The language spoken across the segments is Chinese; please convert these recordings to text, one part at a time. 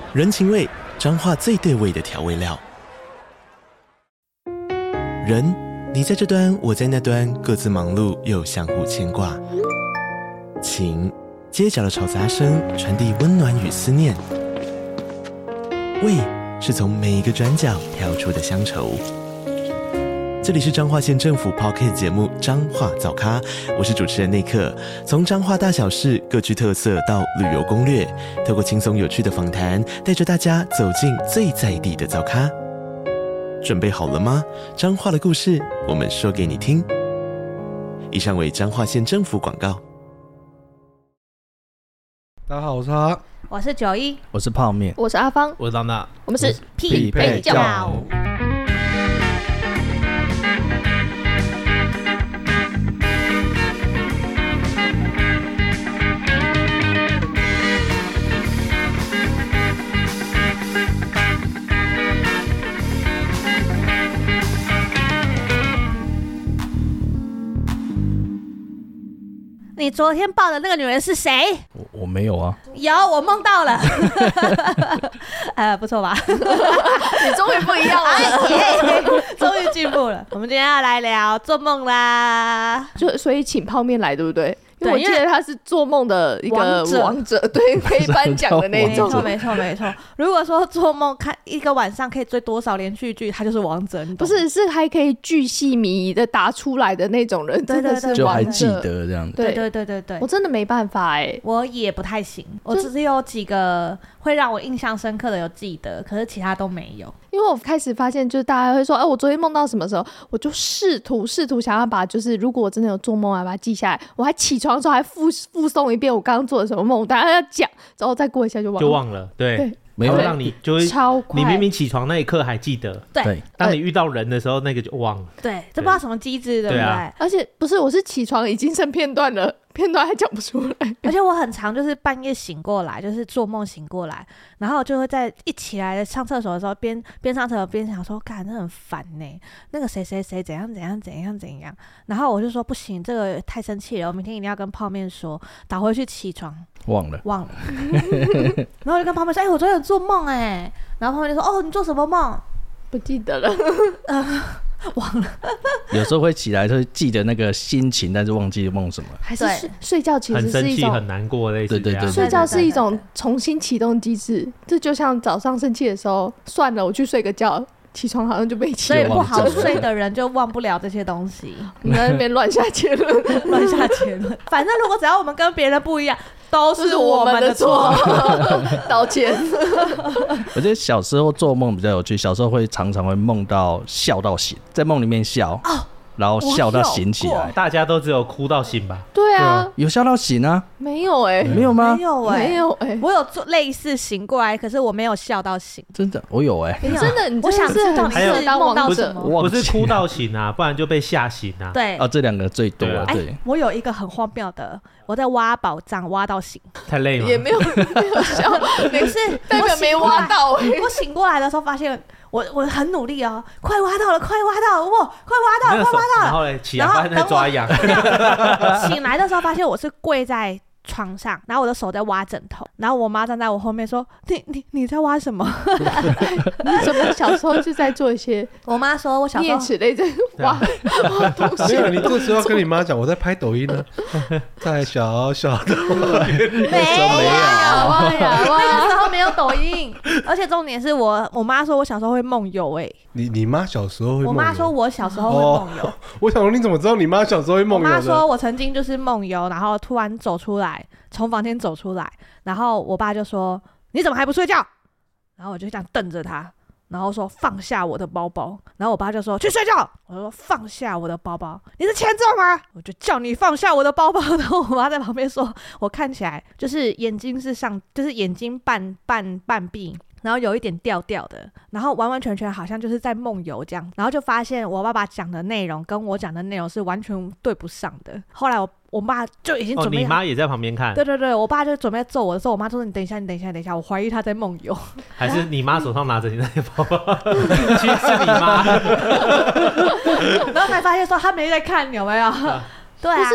人情味，彰化最对味的调味料。人，你在这端，我在那端，各自忙碌又相互牵挂。情，街角的吵杂声传递温暖与思念。味，是从每一个转角跳出的乡愁。这里是彰化县政府 Podcast 节目《彰化早咖》，我是主持人内克。从彰化大小事各具特色到旅游攻略，透过轻松有趣的访谈，带着大家走进最在地的早咖。准备好了吗？彰化的故事，我们说给你听。以上为彰化县政府广告。 大家好，我是哈， 我是91， 我是泡面， 我是阿芳， 我是当娜， 我们是匹配教。 你昨天抱的那个女人是谁？ 我没有啊。 有，我梦到了。不错吧？ 你终于不一样了， 终于进步了。我们今天要来聊做梦啦， 所以请泡面来，对不对？因为我记得他是做梦的一个王者，对，可以颁奖的那种。 没错。如果说做梦看一个晚上可以追多少连续剧，他就是王者。 不是还可以巨细靡遗的答出来的那种人，真的是王者， 就还记得这样子。 对， 我真的没办法我也不太行，我只有几个会让我印象深刻的有记得，可是其他都没有。 因为我开始发现，就是大家会说，我昨天梦到什么时候，我就试图想要把，就是如果我真的有做梦啊，把它记下来。我还起床的时候还附诵一遍我刚刚做的什么梦，大家要讲，之后再过一下就忘了。 对，没有让你就会超快。 你明明起床那一刻还记得， 对， 当你遇到人的时候，那个就忘了。 对，这不知道什么机制，对不对？ 而且不是，我是起床已经剩片段了。片段还讲不出来， 而且我很常就是半夜醒过来，就是做梦醒过来，然后就会在一起来上厕所的时候，边上厕所边想说，干，这很烦呢。那个谁怎样，然后我就说不行，这个太生气了，我明天一定要跟泡面说。打回去起床忘了，然后我就跟泡面说，我昨天有做梦哎，然后泡面就说，你做什么梦？ 不记得了。 忘了， 有时候会起来就记得那个心情，但是忘记梦什么。 还是睡觉其实是一种很生气、很难过类似这样。 对， 睡觉是一种重新启动机制，这就像早上生气的时候，算了，我去睡个觉，起床好像就被气了。 所以不好睡的人就忘不了这些东西。 你在那边乱下结论。 反正如果只要我们跟别人不一样，都是我们的错。 道歉。 我觉得小时候做梦比较有趣，小时候常常会梦到笑到醒，在梦里面笑。然后笑到醒起来， 大家都只有哭到醒吧？ 对啊， 有笑到醒啊？ 没有没有吗？ 没有我有做类似醒过来，可是我没有笑到醒。 真的，我有你真的， 我想知道你是梦到什么？ 不是哭到醒啊，不然就被吓醒啊。 对这两个最多了。对， 我有一个很荒谬的，我在挖宝藏挖到醒， 太累了， 也没有笑， 没事， 代表没挖到。 我醒过来的时候发现。我很努力哦，快挖到了，哇，快挖到了。 然后嘞，起来发现在抓痒。 醒来的时候发现我是跪在床上，然后我的手在挖枕头，然后我妈站在我后面说：“你在挖什么？” 你怎么小时候就在做一些？ 我妈说我小时候啮齿类在挖东西。 没有，你这个时候要跟你妈讲，我在拍抖音呢，在小小的没有，那个时候没有抖音，而且重点是我妈说我小时候会梦游你妈小时候会梦游？ 我妈说我小时候会梦游。 我想说你怎么知道你妈小时候会梦游的？ 我妈说我曾经就是梦游，然后突然走出来，从房间走出来，然后我爸就说你怎么还不睡觉？然后我就这样瞪着他，然后说放下我的包包，然后我爸就说去睡觉，我就说放下我的包包，你是欠揍吗？我就叫你放下我的包包，然后我妈在旁边说我看起来就是眼睛是上，就是眼睛半闭，然后有一点调调的，然后完完全全好像就是在梦游这样，然后就发现我爸爸讲的内容跟我讲的内容是完全对不上的。后来我妈就已经准备， 你妈也在旁边看。 对，我爸就准备揍我的时候，我妈说你等一下，我怀疑他在梦游。 还是你妈手上拿着你那个包包，其实是你妈。 然后才发现说他没在看，有没有？对啊，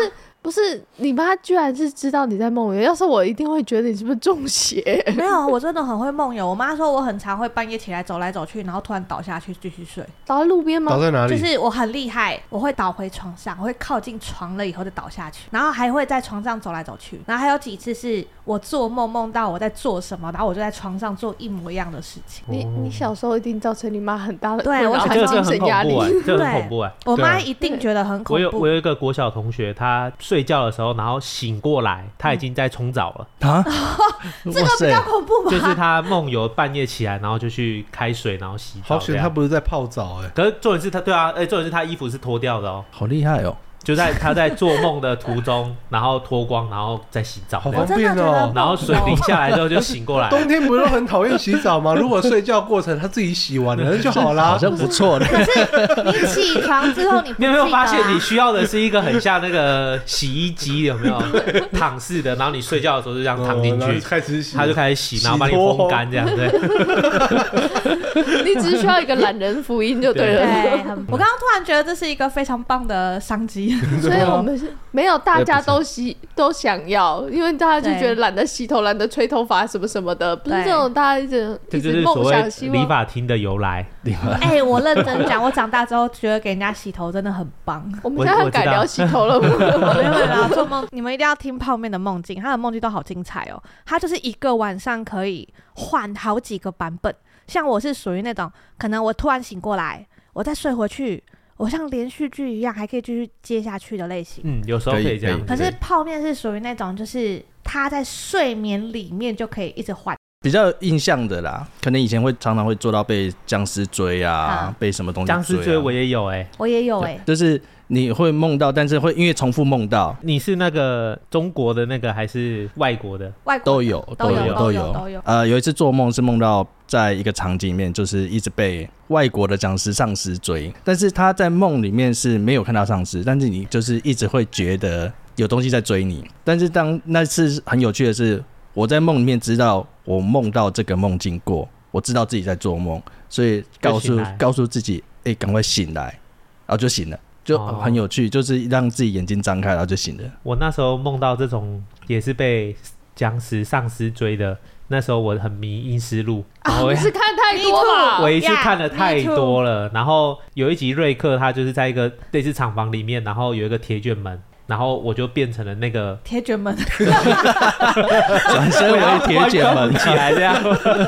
不是，你妈居然是知道你在梦游，要是我一定会觉得你是不是中邪。 没有，我真的很会梦游。我妈说我很常会半夜起来走来走去，然后突然倒下去继续睡。 倒在路边吗？ 倒在哪里？ 就是我很厉害，我会倒回床上，我会靠近床了以后就倒下去，然后还会在床上走来走去。然后还有几次是我做梦梦到我在做什么，然后我就在床上做一模一样的事情。 你小时候一定造成你妈很大的对我小困扰和时候精神压力。 这很恐怖哎！ 我妈一定觉得很恐怖。 我有一个国小同学，他睡觉的时候，然后醒过来，他已经在冲澡了啊！ 这个比较恐怖吧？ 就是他梦游半夜起来，然后就去开水，然后洗澡。 好险，他不是在泡澡可是重点是他，对啊，重点是他衣服是脱掉的哦， 好厉害哦！ 就在他在做梦的途中，然后脱光，然后再洗澡， 好方便哦。 然后水淋下来之后就醒过来。 冬天不是很讨厌洗澡吗？如果睡觉过程他自己洗完了就好啦， 好像不错的。 可是你起床之后你有没有发现你需要的是一个很像那个洗衣机，有没有躺式的？然后你睡觉的时候就这样躺进去， 开始洗， 他就开始洗，然后把你烘干这样对。 你只需要一个懒人福音就对了。 对，我刚刚突然觉得这是一个非常棒的商机。 所以我们是没有大家都想要，因为大家就觉得懒得洗头、懒得吹头发什么什么的，不是这种大家一直梦想希望。 理发厅的由来。 我认真讲，我长大之后觉得给人家洗头真的很棒。 我们现在改聊洗头了。 没有做梦，你们一定要听泡面的梦境，他的梦境都好精彩哦。他就是一个晚上可以换好几个版本，像我是属于那种，可能我突然醒过来，我再睡回去。我像连续剧一样还可以继续接下去的类型。 有时候可以这样。 可是泡面是属于那种，就是他在睡眠里面就可以一直换。 比较有印象的啦，可能以前常常会做到被僵尸追啊，被什么东西追啊。 僵尸追我也有我也有就是你会梦到，但是会因为重复梦到。 你是那个中国的那个还是外国的？ 外国都有。有一次做梦是梦到在一个场景里面，就是一直被外国的僵尸丧尸追，但是他在梦里面是没有看到丧尸，但是你就是一直会觉得有东西在追你。但是当那次很有趣的是，我在梦里面知道我梦到这个梦境过，我知道自己在做梦，所以告诉自己，赶快醒来，然后就醒了。就很有趣，就是让自己眼睛张开，然后就醒了。 我那时候梦到这种也是被僵尸丧尸追的，那时候我很迷阴尸路， 你是看太多了， 我一次看的太多了。然后有一集瑞克他就是在一个类似厂房里面，然后有一个铁卷门。然后我就变成了那个铁卷门， 转身为铁卷门起来这样。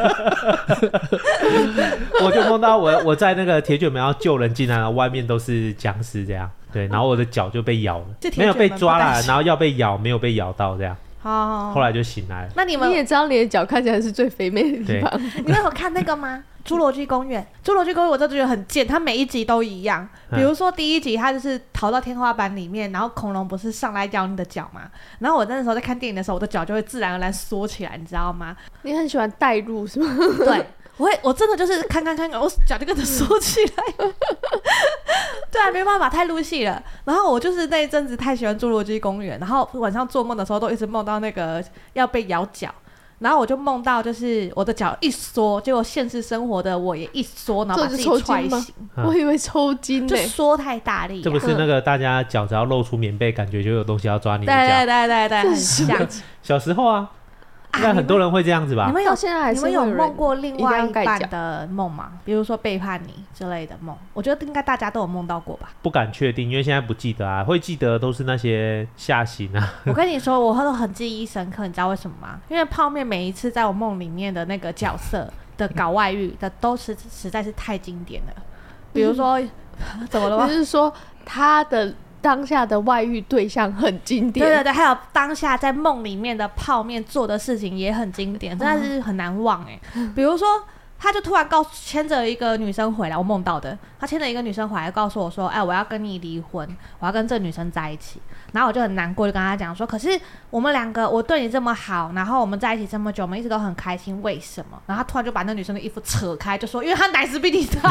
我就梦到我在那个铁卷门要救人进来，然后外面都是僵尸这样。对，然后我的脚就被咬了，没有被抓了，然后要被咬，没有被咬到这样。后来就醒来了。 那你也知道你的脚看起来是最肥美的地方。你们有看那个吗？侏罗纪公园，我真的觉得很贱，它每一集都一样。比如说第一集，它就是逃到天花板里面，然后恐龙不是上来咬你的脚嘛？然后我那时候在看电影的时候，我的脚就会自然而然缩起来，你知道吗？ 你很喜欢代入是吗？ 对，我真的就是看，我脚就跟着缩起来。对啊，没办法，太入戏了。然后我就是那一阵子太喜欢侏罗纪公园，然后晚上做梦的时候都一直梦到那个要被咬脚。然后我就梦到，就是我的脚一缩，结果现实生活的我也一缩，然后把自己踹醒。 我以为抽筋呢， 就缩太大力。 这不是那个大家脚只要露出棉被，感觉就有东西要抓你的脚。对，很像。 小时候啊，应该很多人会这样子吧？ 你们有梦过另外一半的的梦吗？比如说背叛你之类的梦，我觉得应该大家都有梦到过吧？ 不敢确定，因为现在不记得啊，会记得都是那些下行啊。 我跟你说，我都很记忆深刻，你知道为什么吗？因为泡面每一次在我梦里面的那个角色的搞外遇的，都是实在是太经典了。比如说，怎么了吗？ 就是说他的当下的外遇对象很经典， 对，还有当下在梦里面的泡面做的事情也很经典，真的是很难忘比如说，他就突然牵着一个女生回来，我梦到的，他牵着一个女生回来，告诉我说：“我要跟你离婚，我要跟这女生在一起。”然后我就很难过，就跟他讲说：“可是我们两个，我对你这么好，然后我们在一起这么久，我们一直都很开心，为什么？”然后他突然就把那女生的衣服扯开，就说：“因为他奶子比你大。”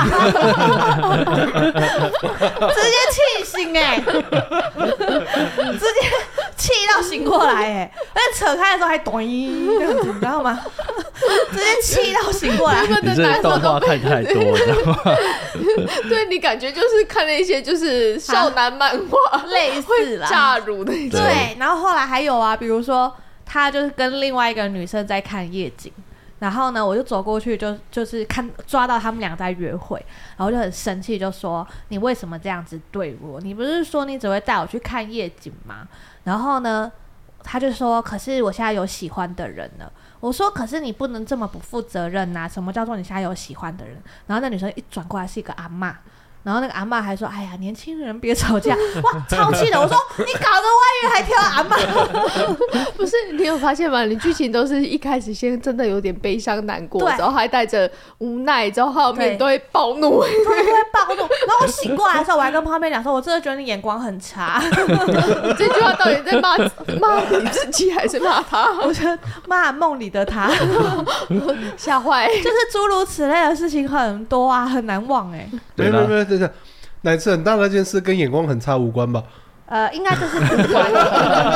直接气醒直接气到醒过来而且扯开的时候还短这样子，你知道吗？直接气到醒过来。 你这动画看太多了， 对你感觉就是看那些就是少男漫画类似啦， 炸乳的那种。 对，然后后来还有啊，比如说他就是跟另外一个女生在看夜景。然后呢，我就走过去就是抓到他们俩在约会，然后就很生气，就说你为什么这样子对我？你不是说你只会带我去看夜景吗？然后呢，他就说，可是我现在有喜欢的人了。我说，可是你不能这么不负责任啊！什么叫做你现在有喜欢的人？然后那女生一转过来是一个阿嬷。然后那个阿嬷还说：“哎呀，年轻人别吵架！”哇，超气的！我说：“你搞个外遇还挑阿嬷？” 不是，你有发现吗？你剧情都是一开始先真的有点悲伤难过，然后还带着无奈，之后后面都会暴怒， 都会暴怒。然后我醒过来的时候，我还跟旁边讲说：“我真的觉得你眼光很差。” 你这句话到底在骂你自己还是骂他？ 我觉得骂梦里的他， 吓坏。 就是诸如此类的事情很多啊，很难忘哎。 没，哪次很大那件事跟眼光很差无关吧？ 应该就是无关的。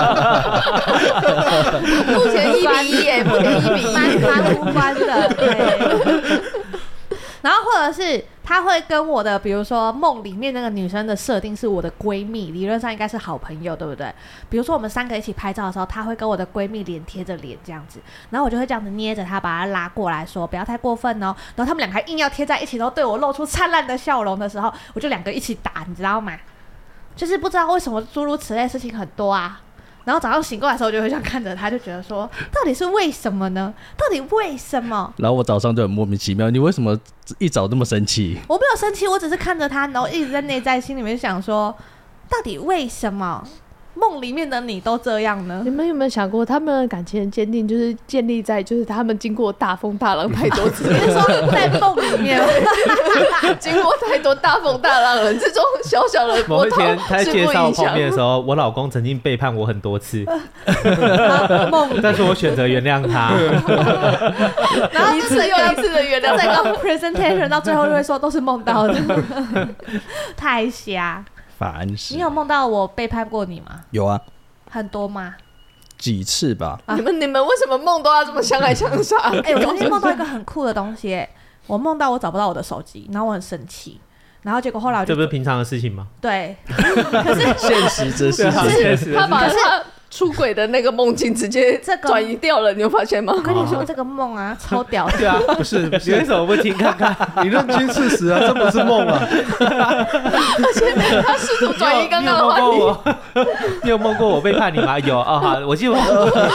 目前1-1，目前1-1， 蛮无关的。对。然后或者是他会跟我的，比如说梦里面那个女生的设定是我的闺蜜，理论上应该是好朋友，对不对？比如说我们3个一起拍照的时候，她会跟我的闺蜜脸贴着脸这样子，然后我就会这样子捏着她，把她拉过来说不要太过分哦。然后他们2个还硬要贴在一起，然后对我露出灿烂的笑容的时候，我就2个一起打，你知道吗？就是不知道为什么诸如此类的事情很多啊。然后早上醒过来的时候，我就会这样看着他，就觉得说，到底是为什么呢？到底为什么？ 然后我早上就很莫名其妙，你为什么一早那么生气？ 我没有生气，我只是看着他，然后一直在内在心里面想说，到底为什么梦里面的你都这样呢？ 你们有没有想过，他们的感情的坚定就是建立在就是他们经过大风大浪太多次？ 你是说在梦里面经过太多大风大浪了，这种小小的波涛某一天他在介绍泡面的时候，我老公曾经背叛我很多次，但是我选择原谅他。 然后一次又一次的原谅， 整个 presentation 到最后就会说都是梦到的，太瞎。你有梦到我背叛过你吗？ 有啊， 很多吗？ 几次吧。 你们为什么梦都要这么相爱相杀？ 我昨天梦到一个很酷的东西，我梦到我找不到我的手机，然后我很生气，然后结果后来我就这不是平常的事情吗？ 对，可是现实之事， 他把他出轨的那个梦境直接转移掉了，你有发现吗？ 我跟你说这个梦啊，超屌的。 对啊，不是，你为什么不听看看？ 你认清事实啊，这不是梦啊。 而且他试图转移刚刚的话题。 你有梦过我背叛你吗？有哦，好，我记得我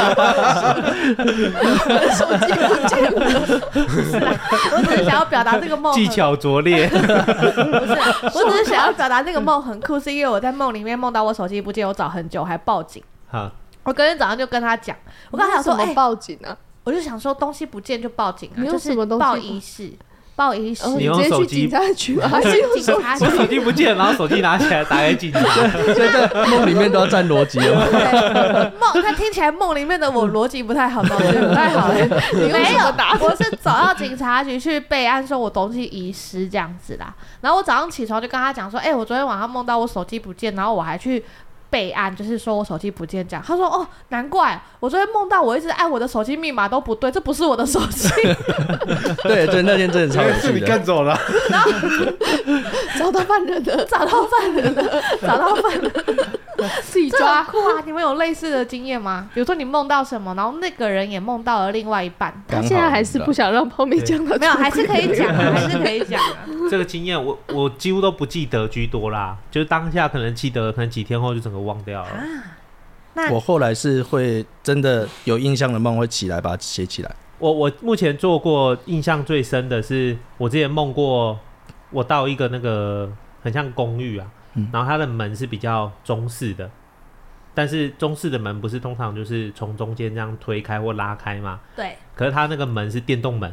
手机不见了。 不是啦，我只是想要表达这个梦技巧拙劣。 不是，我只是想要表达这个梦很酷，是因为我在梦里面梦到我手机不见，我找很久还报警。我隔天早上就跟他讲，我跟他讲说， 怎么报警啊？ 我就想说东西不见就报警啊， 就是报遗失。报遗失， 你用手机？ 警察局还是用手机？ 我手机不见，然后手机拿起来打给警察。 所以在梦里面都要站逻辑哦。梦，他听起来梦里面的我逻辑不太好，脑子不太好。没有，我是走到警察局去备案，说我东西遗失这样子啦。然后我早上起床就跟他讲说，我昨天晚上梦到我手机不见，然后我还去备案，就是说我手机不见这样。他说哦，难怪我昨天梦到我一直按我的手机密码都不对，这不是我的手机。 对，那天真的超有趣的。 是你干走了。 然后找到犯人了， 找到犯人了， 自己抓。 酷啊！你们有类似的经验吗？比如说你梦到什么，然后那个人也梦到了另外一半。 他现在还是不想让泡面讲的， 没有，还是可以讲啊，还是可以讲啊。 这个经验我几乎都不记得居多啦，就是当下可能记得，可能几天后就整个忘掉了。 我后来是会真的有印象的梦会起来把它写起来。 我目前做过印象最深的是，我之前梦过我到一个那个很像公寓啊，然后它的门是比较中式的，但是中式的门不是通常就是从中间这样推开或拉开吗？对。可是它那个门是电动门。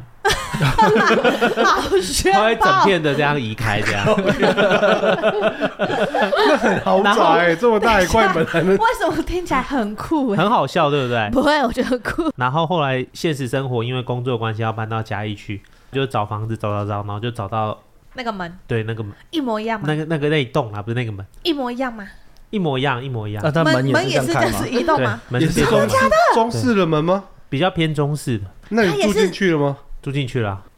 他会整片的这样移开，这样。 那很豪宅，这么大一块门还能？ 为什么听起来很酷？ 很好笑，对不对？ 不会，我觉得很酷。 然后后来现实生活因为工作关系要搬到嘉义去，就找房子找，然后就找到那个门。 对，那个门一模一样吗？ 那一栋啊，不是那个门。 一模一样吗？ 一模一样。 那它门也是这样子移动吗？ 门是中式的门吗？ 比较偏中式的。 那你住进去了吗？ 住进去了。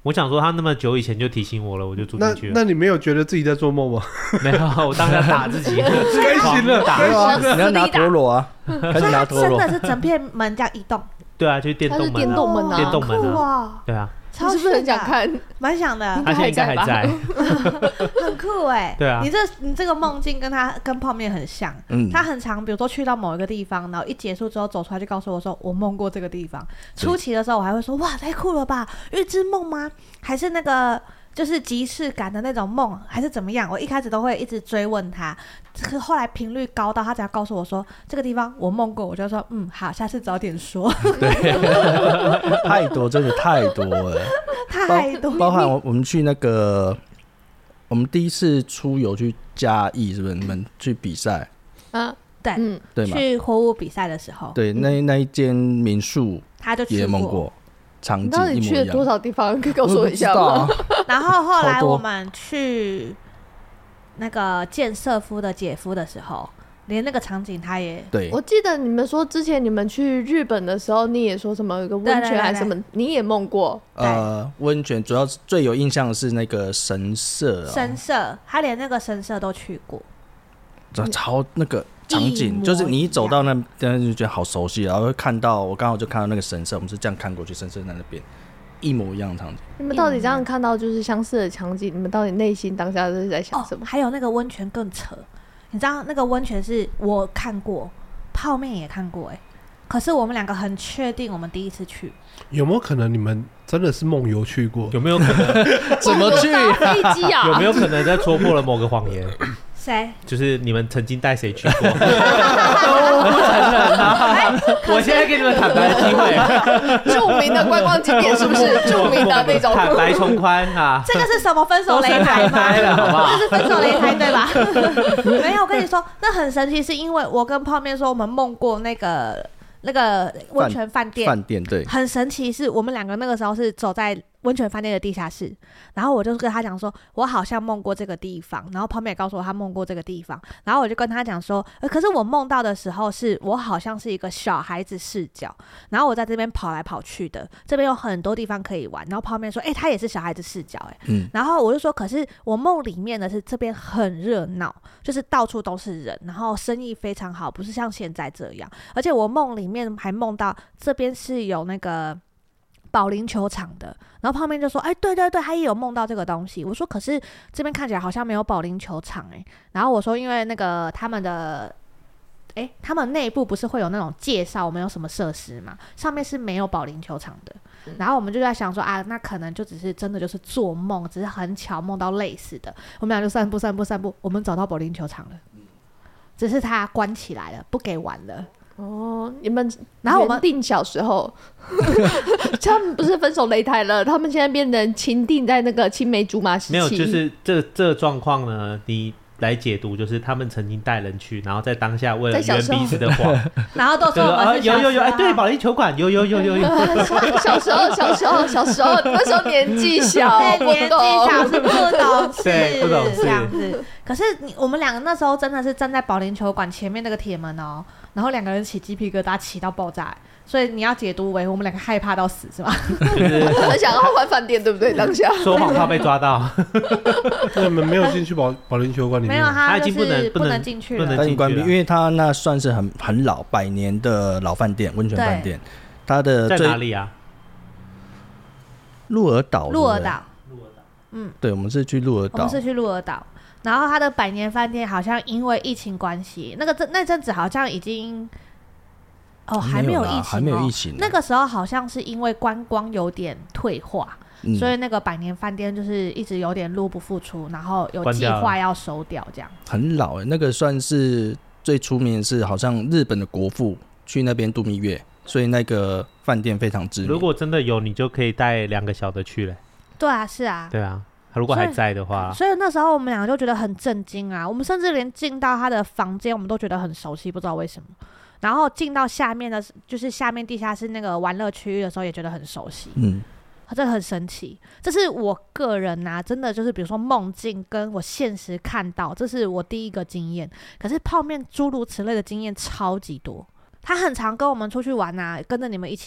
我想说他那么久以前就提醒我了，我就住进去了。 那你没有觉得自己在做梦吗？ 没有，我当时打自己， 开心了，开心了。 你要拿陀螺啊，开始拿陀螺。 真的是整片门这样移动。 对啊，就是电动门， 它是电动门啊， 电动门啊， 对啊。 超是不是很想看？ 蛮想的， 他现在应该还在， 很酷哎。 对啊， 你这个梦境跟泡面很像，他很常比如说去到某一个地方，然后一结束之后走出来就告诉我说我梦过这个地方。初期的时候我还会说哇太酷了吧，预知梦吗？还是那个就是即视感的那种梦，还是怎么样？我一开始都会一直追问他，可后来频率高到他只要告诉我说这个地方我梦过，我就说好，下次早点说。 对，太多，真的太多了， 太多， 包含我们去那个，我们第一次出游去嘉义，是不是？你们去比赛？ 对， 对嘛？ 去活物比赛的时候， 对，那一间民宿， 他就也梦过。场景一模一样。 那你去了多少地方？可以告诉我一下吗？ 然后后来我们去那个见瑟夫的姐夫的时候，连那个场景他也对。 我记得你们说之前你们去日本的时候，你也说什么有个温泉还是什么，你也梦过。 温泉主要最有印象的是那个神社， 神社他连那个神社都去过， 超那个。场景就是你一走到那边就觉得好熟悉，然后会看到我刚好就看到那个神社，我们是这样看过去，神社在那边一模一样的场景。 你们到底这样看到就是相似的场景，你们到底内心当下是在想什么？ 还有那个温泉更扯，你知道那个温泉是我看过，泡面也看过可是我们两个很确定我们第一次去。 有没有可能你们真的是梦游去过？ 有没有可能怎么去飞机啊？ 有没有可能在戳破了某个谎言？ 谁？ 就是你们曾经带谁去过？都不承认啊！我现在给你们坦白的机会。 著名的观光景点是不是？著名的那种坦白从宽啊！ 这个是什么分手擂台吗？ 好不好？ 这是分手擂台对吧？没有，我跟你说，那很神奇，是因为我跟泡面说我们梦过那个温泉饭店， 对， 很神奇，是我们两个那个时候是走在温泉饭店的地下室，然后我就跟他讲说我好像梦过这个地方，然后泡面也告诉我他梦过这个地方，然后我就跟他讲说可是我梦到的时候是我好像是一个小孩子视角，然后我在这边跑来跑去的，这边有很多地方可以玩，然后泡面说他也是小孩子视角然后我就说可是我梦里面的是这边很热闹，就是到处都是人，然后生意非常好，不是像现在这样，而且我梦里面还梦到这边是有那个保龄球场的，然后泡面就说对对对，他也有梦到这个东西。我说可是这边看起来好像没有保龄球场然后我说因为那个他们内部不是会有那种介绍我们有什么设施嘛，上面是没有保龄球场的，然后我们就在想说那可能就只是真的就是做梦，只是很巧梦到类似的，我们俩就散步，我们找到保龄球场了，只是它关起来了，不给玩了。 你们然后我们定小时候他们不是分手擂台了，他们现在变成情定在那个青梅竹马时期。 没有，就是这状况呢，你来解读就是他们曾经带人去，然后在当下为了圆彼此的谎， 然后都说我们是有对，保龄球馆有小时候那时候年纪小， 年纪小是不懂事， 对，不懂事这样子。可是我们两个那时候真的是站在保龄球馆前面那个铁门然后两个人起鸡皮疙瘩起到爆炸，所以你要解读为我们两个害怕到死是吧？ 很想要换饭店对不对？当下说谎怕被抓到。 那你们没有进去保龄球馆里面？ 没有，他已经不能进去了， 他已经关闭，因为他那算是很老100年的老饭店，温泉饭店。他的在哪里啊？ 鹿儿岛。对，我们是去鹿儿岛。然后他的100年饭店好像因为疫情关系，那阵子好像已经还没有疫情，那个时候好像是因为观光有点退化，所以那个100年饭店就是一直有点入不敷出，然后有计划要收掉这样。 很老那个算是最出名的是好像日本的国父去那边度蜜月，所以那个饭店非常知名。 如果真的有，你就可以带2个小的去了。 对啊，是啊， 对啊。如果还在的话， 所以那时候我们两个就觉得很震惊啊！我们甚至连进到他的房间，我们都觉得很熟悉，不知道为什么。然后进到下面的，就是下面地下室那个玩乐区域的时候，也觉得很熟悉。这很神奇。这是我个人真的就是比如说梦境跟我现实看到，这是我第一个经验。可是泡面诸如此类的经验超级多，他很常跟我们出去玩跟着你们一起。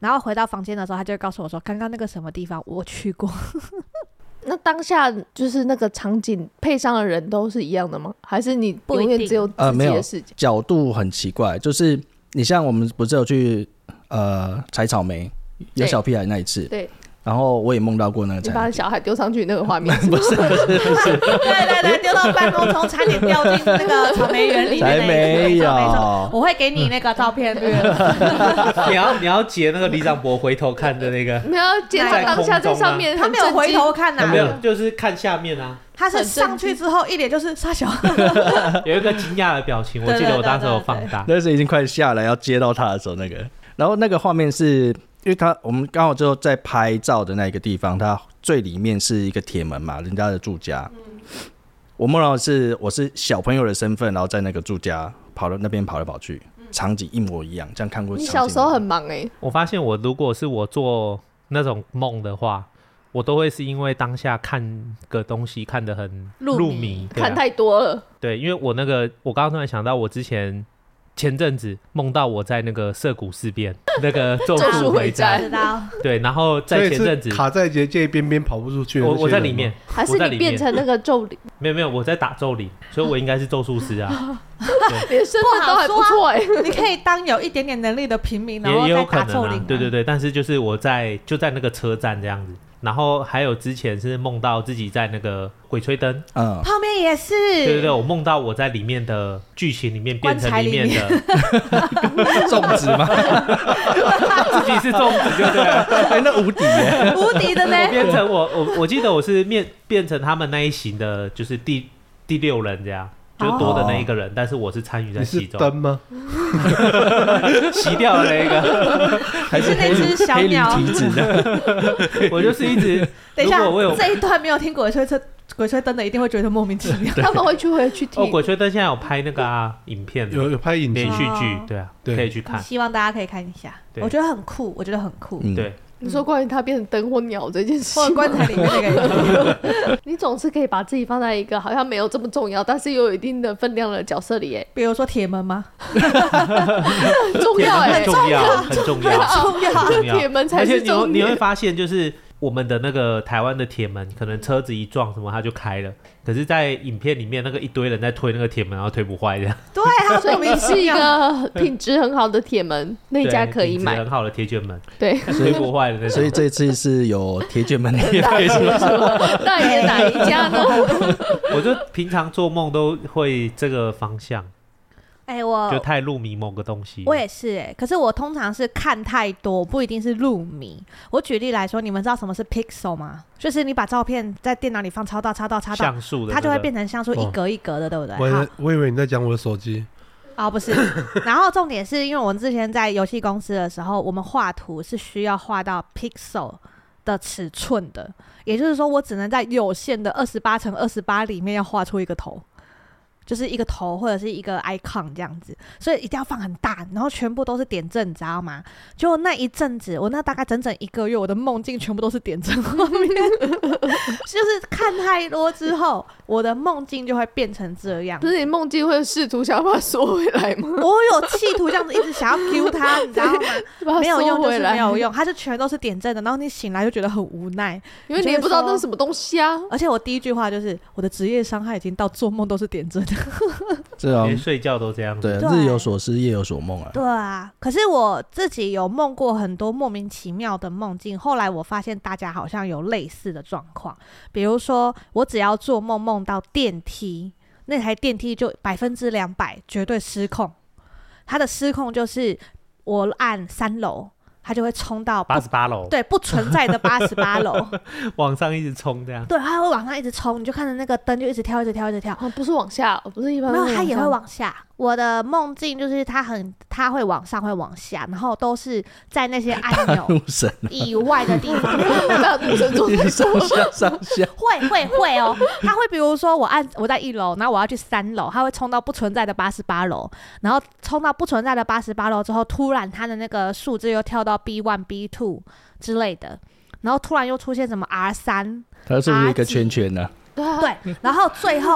然后回到房间的时候，他就会告诉我说，刚刚那个什么地方我去过。 那当下就是那个场景配上的人都是一样的吗？还是你永远只有自己的视角？ 角度很奇怪，就是你像我们不是有去采草莓，有小屁孩那一次， 对。 然后我也梦到过那个， 你把小孩丢上去那个画面， 不是， 对，丢到半空中，差点掉进那个草莓园里面。 才没有， 我会给你那个照片。 你要截那个李长博回头看的那个， 没有截他当下在上面， 他没有回头看没有，就是看下面啊。 他是上去之后一脸就是傻小， 有一个惊讶的表情，我记得我当时有放大。 那是已经快下来要接到他的时候那个，然后那个画面是。因为我们刚好就在拍照的那个地方，它最里面是一个铁门嘛，人家的住家。我梦到我是小朋友的身份，然后在那个住家跑到那边跑来跑去，场景一模一样，这样看过。 你小时候很忙我发现如果是我做那种梦的话，我都会是因为当下看个东西看得很入迷， 看太多了。 对，因为我刚刚突然想到，我前阵子梦到我在那个涩谷事变那个咒术回战，对，然后在前阵子卡在结界边边跑不出去， 我在里面， 还是你变成那个咒灵？ 没有，我在打咒灵，所以我应该是咒术师啊。 你的身份都还不错你可以当有一点点能力的平民，然后再打咒灵。 对，但是就是就在那个车站这样子。然后还有之前是梦到自己在那个鬼吹灯， 泡面也是， 对，我梦到我在里面的剧情里面变成里面的粽子吗？ 自己是粽子就对了， 那无敌耶， 无敌的呢。 我变成我记得我是变成他们那一行的，就是第6人这样。就多的那一个人，但是我是参与在其中。 你是灯吗？ 熄掉了那个， 还是那只小鸟体质的？ 我就是一直。 等一下，这一段没有听鬼吹灯的，一定会觉得莫名其妙。 他们会去听。 鬼吹灯现在有拍那个影片， 有拍影连续剧，对啊，可以去看。 希望大家可以看一下，我觉得很酷， 对。 你说关于他变成灯或鸟这件事， 或棺材里面那个， 你总是可以把自己放在一个好像没有这么重要，但是又有一定的分量的角色里耶。 比如说铁门吗？ 很重要很重要， 铁门才是重要。 而且你会发现，就是我们的那个台湾的铁门，可能车子一撞什么它就开了，可是在影片里面那个一堆人在推那个铁门，然后推不坏这样。 对啊， 所以你是一个品质很好的铁门，那家可以买。 品质很好的铁卷门， 对， 推不坏的那种。 所以这次是有铁卷门的业配是吗？ 到底是哪一家呢？ 我就平常做梦都会这个方向。 我就太入迷某个东西。 我也是可是我通常是看太多，不一定是入迷。我举例来说，你们知道什么是 pixel 吗？就是你把照片在电脑里放超大像素的， 它就会变成像素一格一格的，对不对？ 我以为你在讲我的手机。 不是。然后重点是因为我们之前在游戏公司的时候，我们画图是需要画到 pixel 的尺寸的，也就是说我只能在有限的28×28里面要画出一个头，就是一个头或者是一个 icon 这样子，所以一定要放很大，然后全部都是点阵，你知道吗？就那一阵子，我那大概整整1个月，我的梦境全部都是点阵画面，就是看太多之后，我的梦境就会变成这样。 不是你梦境会试图想要把它缩回来吗？ 我有企图这样子一直想要 Q 它，你知道吗？没有用就是没有用，它就全都是点阵的，然后你醒来就觉得很无奈， 因为你也不知道那是什么东西啊。 而且我第一句话就是我的职业伤害已经到做梦都是点阵的。 连睡觉都这样子。 对，日有所思夜有所梦啊。 对啊，可是我自己有梦过很多莫名其妙的梦境，后来我发现大家好像有类似的状况。比如说我只要做梦梦到电梯，那台电梯就200%绝对失控。它的失控就是我按3楼，它就会冲到 88楼， 对，不存在的88楼， 往上一直冲这样。 对，它会往上一直冲，你就看着那个灯就一直跳，一直跳，一直跳。 不是往下，不是一般。 没有，它也会往下。我的梦境就是它会往上，会往下，然后都是在那些按钮以外的地方。 怒神做上下会哦，它会比如说我在1楼，然后我要去3楼，它会冲到不存在的88楼，然后冲到不存在的88楼之后，突然它的那个数字又跳到 B1、B2 之类的，然后突然又出现什么 R3， 它是不是一个圈圈呢？ 对，然后最后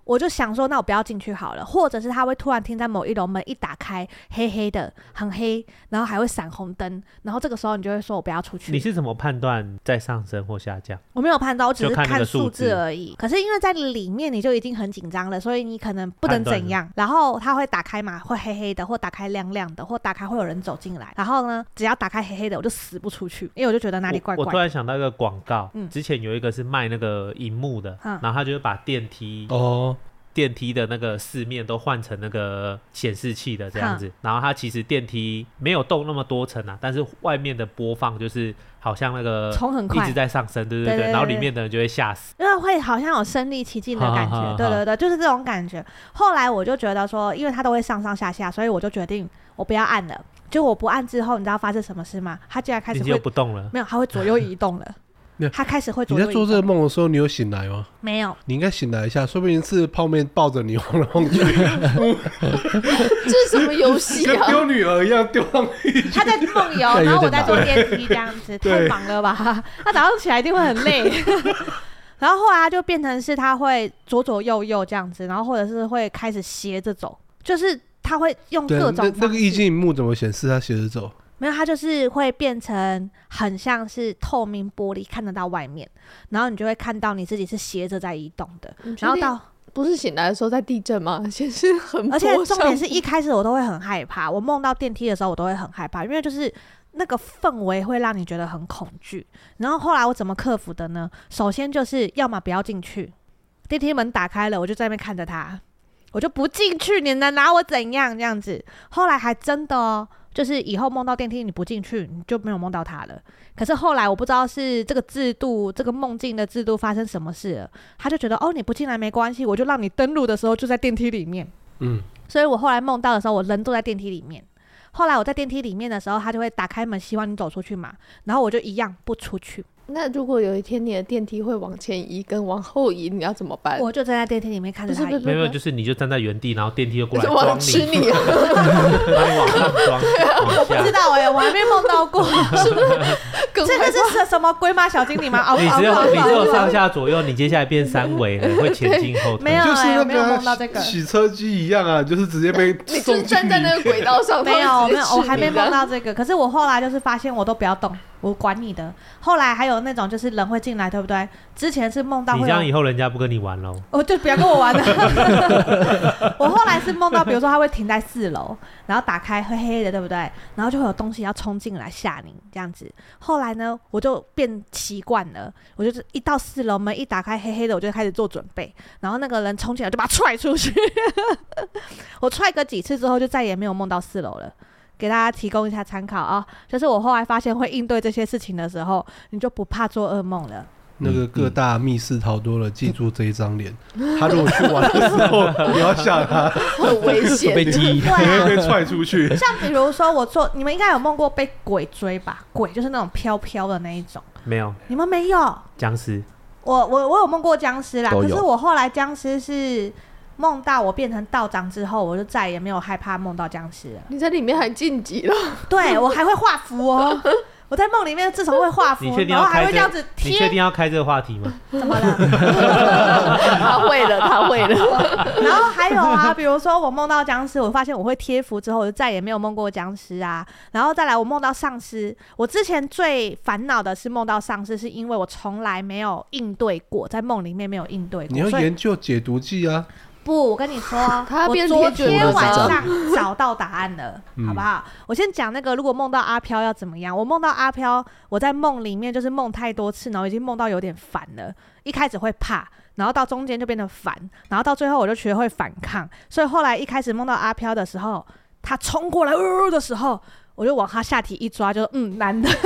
我就想说那我不要进去好了，或者是他会突然听在某一楼门一打开黑黑的很黑，然后还会闪红灯，然后这个时候你就会说我不要出去。 你是怎么判断在上升或下降？ 我没有判断，我只是看数字而已。可是因为在里面你就已经很紧张了，所以你可能不能怎样。然后他会打开嘛，会黑黑的，或打开亮亮的，或打开会有人走进来。然后呢，只要打开黑黑的我就死不出去，因为我就觉得哪里怪怪的。 我突然想到一个广告，之前有一个是卖那个萤幕的，然后他就会把电梯的那个四面都换成那个显示器的这样子，然后它其实电梯没有动那么多层啊，但是外面的播放就是好像那个冲很快一直在上升，对对 对，然后里面的人就会吓死， 因为会好像有身临其境的感觉，对对对，就是这种感觉。后来我就觉得说，因为它都会上上下下，所以我就决定我不要按了。就我不按之后，你知道发生什么事吗？它竟然开始会不动了， 没有，它会左右移动了。他开始会左右移动。 你在做这个梦的时候，你有醒来吗？ 没有。 你应该醒来一下，说不定是泡面抱着你晃来晃去。 这是什么游戏啊？ 跟丢女儿一样丢上去。 他在梦游，然后我在坐电梯这样子，太忙了吧？他早上起来一定会很累。然后后来他就变成是他会左左右右这样子，然后或者是会开始斜着走，就是他会用各种方式。 那个液晶萤幕怎么显示他斜着走？ 没有，它就是会变成很像是透明玻璃，看得到外面，然后你就会看到你自己是斜着在移动的。然后到不是醒来的时候在地震吗？显示很， 而且重点是一开始我都会很害怕，我梦到电梯的时候我都会很害怕，因为就是那个氛围会让你觉得很恐惧。然后后来我怎么克服的呢？首先就是要么不要进去，电梯门打开了，我就在那边看着它，我就不进去，你能拿我怎样这样子？后来还真的哦。就是以后梦到电梯你不进去，你就没有梦到它了。可是后来我不知道是这个制度，这个梦境的制度发生什么事了，他就觉得哦你不进来没关系，我就让你登录的时候就在电梯里面。所以我后来梦到的时候，我人都在电梯里面。后来我在电梯里面的时候，他就会打开门，希望你走出去嘛，然后我就一样不出去。 那如果有一天你的电梯会往前移跟往后移，你要怎么办？ 我就站在电梯里面看着它移。 没有，就是你就站在原地，然后电梯就过来装你，吃你啊！ 把你往上装。 我不知道我还没梦到过，是不是？这个是什么鬼马小精灵吗？ 你只有上下左右，你接下来变三维了，会前进后退。 没有， 就是没有梦到这个洗车机一样啊，就是直接被你就站在那个轨道上。 没有，我还没梦到这个。可是我后来就是发现，我都不要动。我管你的。后来还有那种就是人会进来，对不对？之前是梦到会有， 你这样以后人家不跟你玩喽。 哦，就不要跟我玩了。我后来是梦到，比如说他会停在4楼，然后打开黑黑的，对不对？然后就会有东西要冲进来吓你这样子。后来呢，我就变习惯了，我就是一到4楼门一打开黑黑的，我就开始做准备，然后那个人冲进来就把他踹出去。我踹个几次之后，就再也没有梦到4楼了。给大家提供一下参考啊，就是我后来发现会应对这些事情的时候，你就不怕做噩梦了。 那个各大密室逃脱了，记住这一张脸。他如果去玩的时候，不要吓他， 很危险， 被踢， 会被踹出去。 像比如说你们应该有梦过被鬼追吧？鬼就是那种飘飘的那一种。 没有， 你们没有？ 僵尸， 我有梦过僵尸啦，可是我后来僵尸是梦到我变成道长之后，我就再也没有害怕梦到僵尸了。 你在里面还晋级了？ 对，我还会画符哦。我在梦里面至少会画符，然后还会这样子贴。 你确定要开这个话题吗？ 怎么了？ 他会了。 然后还有啊，比如说我梦到僵尸，我发现我会贴符之后，我就再也没有梦过僵尸啊。然后再来，我梦到丧尸。我之前最烦恼的是梦到丧尸，是因为我从来没有应对过，在梦里面没有应对过。 你要研究解毒剂啊。 不，我跟你说，我昨天晚上找到答案了，好不好？我先讲那个，如果梦到阿飘要怎么样？我梦到阿飘，我在梦里面就是梦太多次，然后已经梦到有点烦了。一开始会怕，然后到中间就变得烦，然后到最后我就学会反抗。所以后来一开始梦到阿飘的时候，他冲过来的时候，我就往他下体一抓，就男的。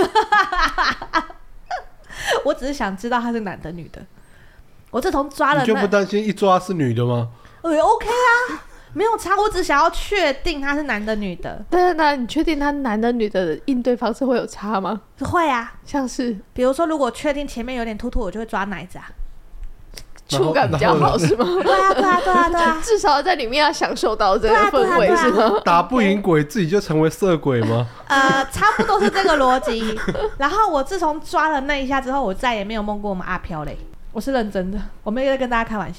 我只是想知道他是男的女的。我自从抓了， 你就不担心一抓是女的吗 ？OK 啊，没有差，我只想要确定他是男的女的。 那你确定他男的女的应对方式会有差吗？ 会啊， 像是比如说，如果确定前面有点突突，我就会抓奶子啊， 触感比较好是吗？ 对啊， 至少在里面要享受到这个氛围是吗？ 打不赢鬼，自己就成为色鬼吗？ 差不多是这个逻辑。然后我自从抓了那一下之后，我再也没有梦过我们阿飘嘞。我是认真的，我没有在跟大家开玩笑。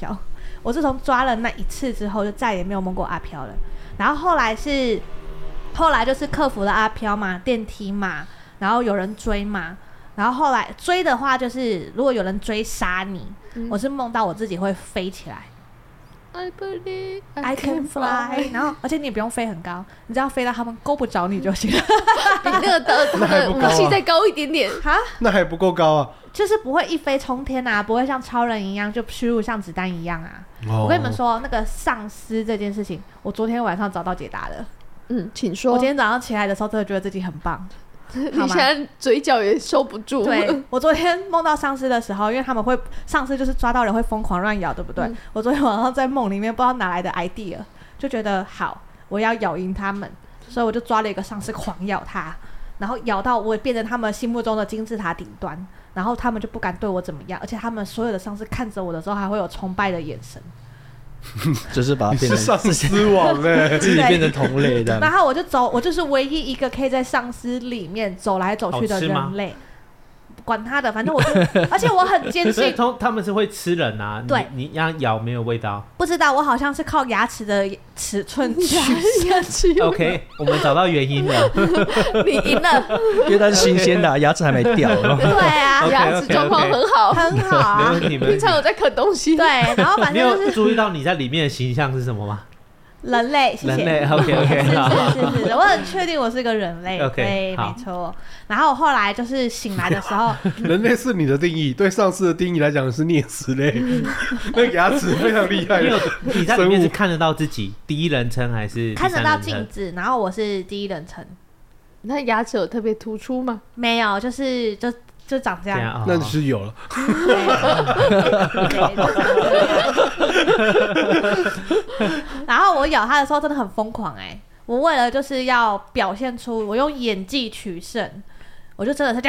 我自从抓了那一次之后，就再也没有梦过阿飘了。然后后来就是克服了阿飘嘛，电梯嘛，然后有人追嘛。然后后来追的话，就是如果有人追杀你，我是梦到我自己会飞起来。 I believe I can fly， 然后而且你也不用飞很高，你只要飞到他们勾不着你就行了。 比那个的武器再高一点点哈， 那还不够高啊， 就是不会一飞冲天啊，不会像超人一样就虚入像子弹一样啊。我跟你们说，那个丧尸这件事情，我昨天晚上找到解答了。 请说。 我今天早上起来的时候，真的觉得自己很棒。 你现在嘴角也收不住。 对，我昨天梦到丧尸的时候，因为他们会丧尸就是抓到人会疯狂乱咬，对不对？我昨天晚上在梦里面不知道哪来的 idea， 就觉得好，我要咬赢他们，所以我就抓了一个丧尸狂咬他，然后咬到我变成他们心目中的金字塔顶端，然后他们就不敢对我怎么样，而且他们所有的丧尸看着我的时候还会有崇拜的眼神。 就是把它变成丧尸王自己变成同类的。 然后我就是唯一一个可以在丧尸里面走来走去的人类。管他的，反正我就，而且我很坚信， 他们是会吃人啊。 对， 你要咬没有味道。 不知道，我好像是靠牙齿的尺寸取胜。 OK， 我们找到原因了。 你赢了， 因为它是新鲜的，牙齿还没掉。 对啊， 牙齿状况很好， 很好。 没问题。 平常有在啃东西。 对，然后反正就是。 你有注意到你在里面的形象是什么吗？ 人类，谢谢。 人类 ，OK， 是，我很确定我是个人类， OK， 对，没错。然后后来就是醒来的时候， 人类是你的定义，对丧尸的定义来讲是啮齿类，那个牙齿非常厉害。 你在里面是看得到自己第一人称还是看得到镜子？然后我是第一人称。 那牙齿有特别突出吗？ 没有，就长这样， 那就是有了。 然后我咬他的时候真的很疯狂我为了就是要表现出我用演技取胜，我就真的是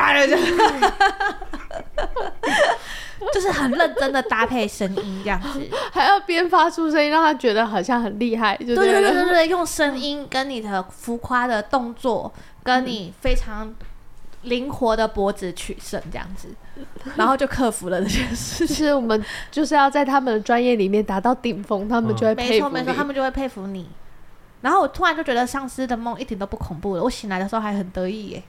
就是很认真的搭配声音这样子， 还要边发出声音让他觉得好像很厉害。 对，用声音跟你的浮夸的动作跟你非常灵活的脖子取胜这样子，然后就克服了这件事。 是我们就是要在他们的专业里面达到顶峰，他们就会佩服你。 没错，他们就会佩服你。然后我突然就觉得丧尸的梦一点都不恐怖了，我醒来的时候还很得意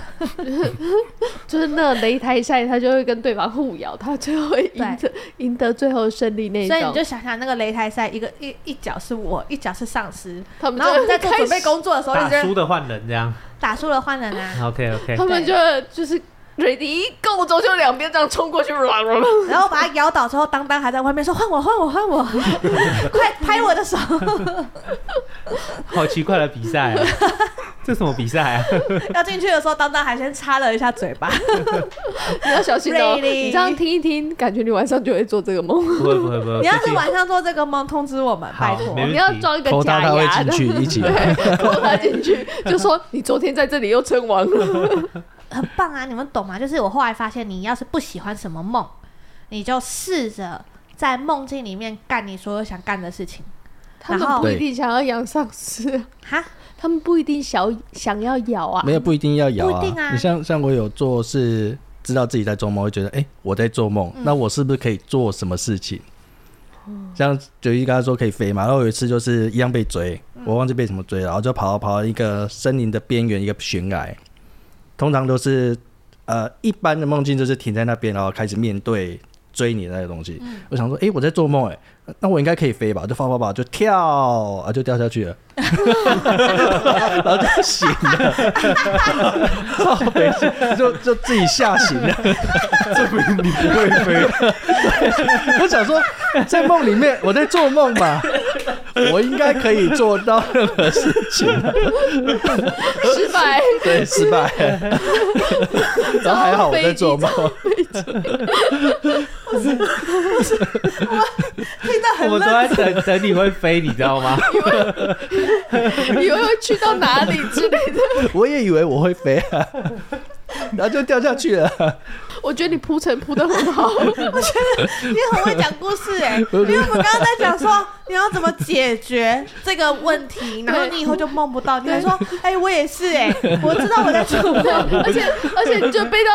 就是那个擂台赛，他就会跟对方互咬，他最后会赢得最后胜利那一种。 所以你就想想那个擂台赛，一脚是我，一脚是丧尸，然后我们在做准备工作的时候， 打输的换人这样， 打输了换人啊。 OK， 他们就是 ready go， 走就两边这样冲过去， 然后把他摇倒之后，当当还在外面说换我，快拍我的手。 好奇怪的比赛啊！这什么比赛啊？ 要进去的时候，当当还先擦了一下嘴巴。 你要小心哦！你这样听一听，感觉你晚上就会做这个梦。 不会。 你要是晚上做这个梦，通知我们，拜托。 你要装一个假牙， 他会进去一起， 扣他进去，就说你昨天在这里又称王了。 很棒啊，你们懂吗？就是我后来发现，你要是不喜欢什么梦，你就试着在梦境里面干你所有想干的事情。 他们不一定想要养丧尸哈， 他们不一定想要咬啊， 没有不一定要咬啊。 不一定啊， 你像我有做是知道自己在做梦，会觉得我在做梦，那我是不是可以做什么事情？像九一刚才说可以飞嘛，然后有一次就是一样被追，我忘记被什么追了，然后就跑到一个森林的边缘，一个悬崖。通常都是一般的梦境就是停在那边，然后开始面对追你的那个东西。我想说我在做梦那我应该可以飞吧，就发就跳就掉下去了。然后就醒了，就自己吓醒了， 证明你不会飞。 我想说在梦里面我在做梦吧，我应该可以做到任何事情。 失败， 对，失败。然后还好我在做梦。 我们都在等你会飞，你知道吗？ 以为会去到哪里之类的。 我也以为我会飞啊，然后就掉下去了。 我觉得你铺陈铺得很好。我觉得你很会讲故事因为我们刚刚在讲说你要怎么解决这个问题，然后你以后就梦不到。你还说我也是我知道我在做梦， 而且你就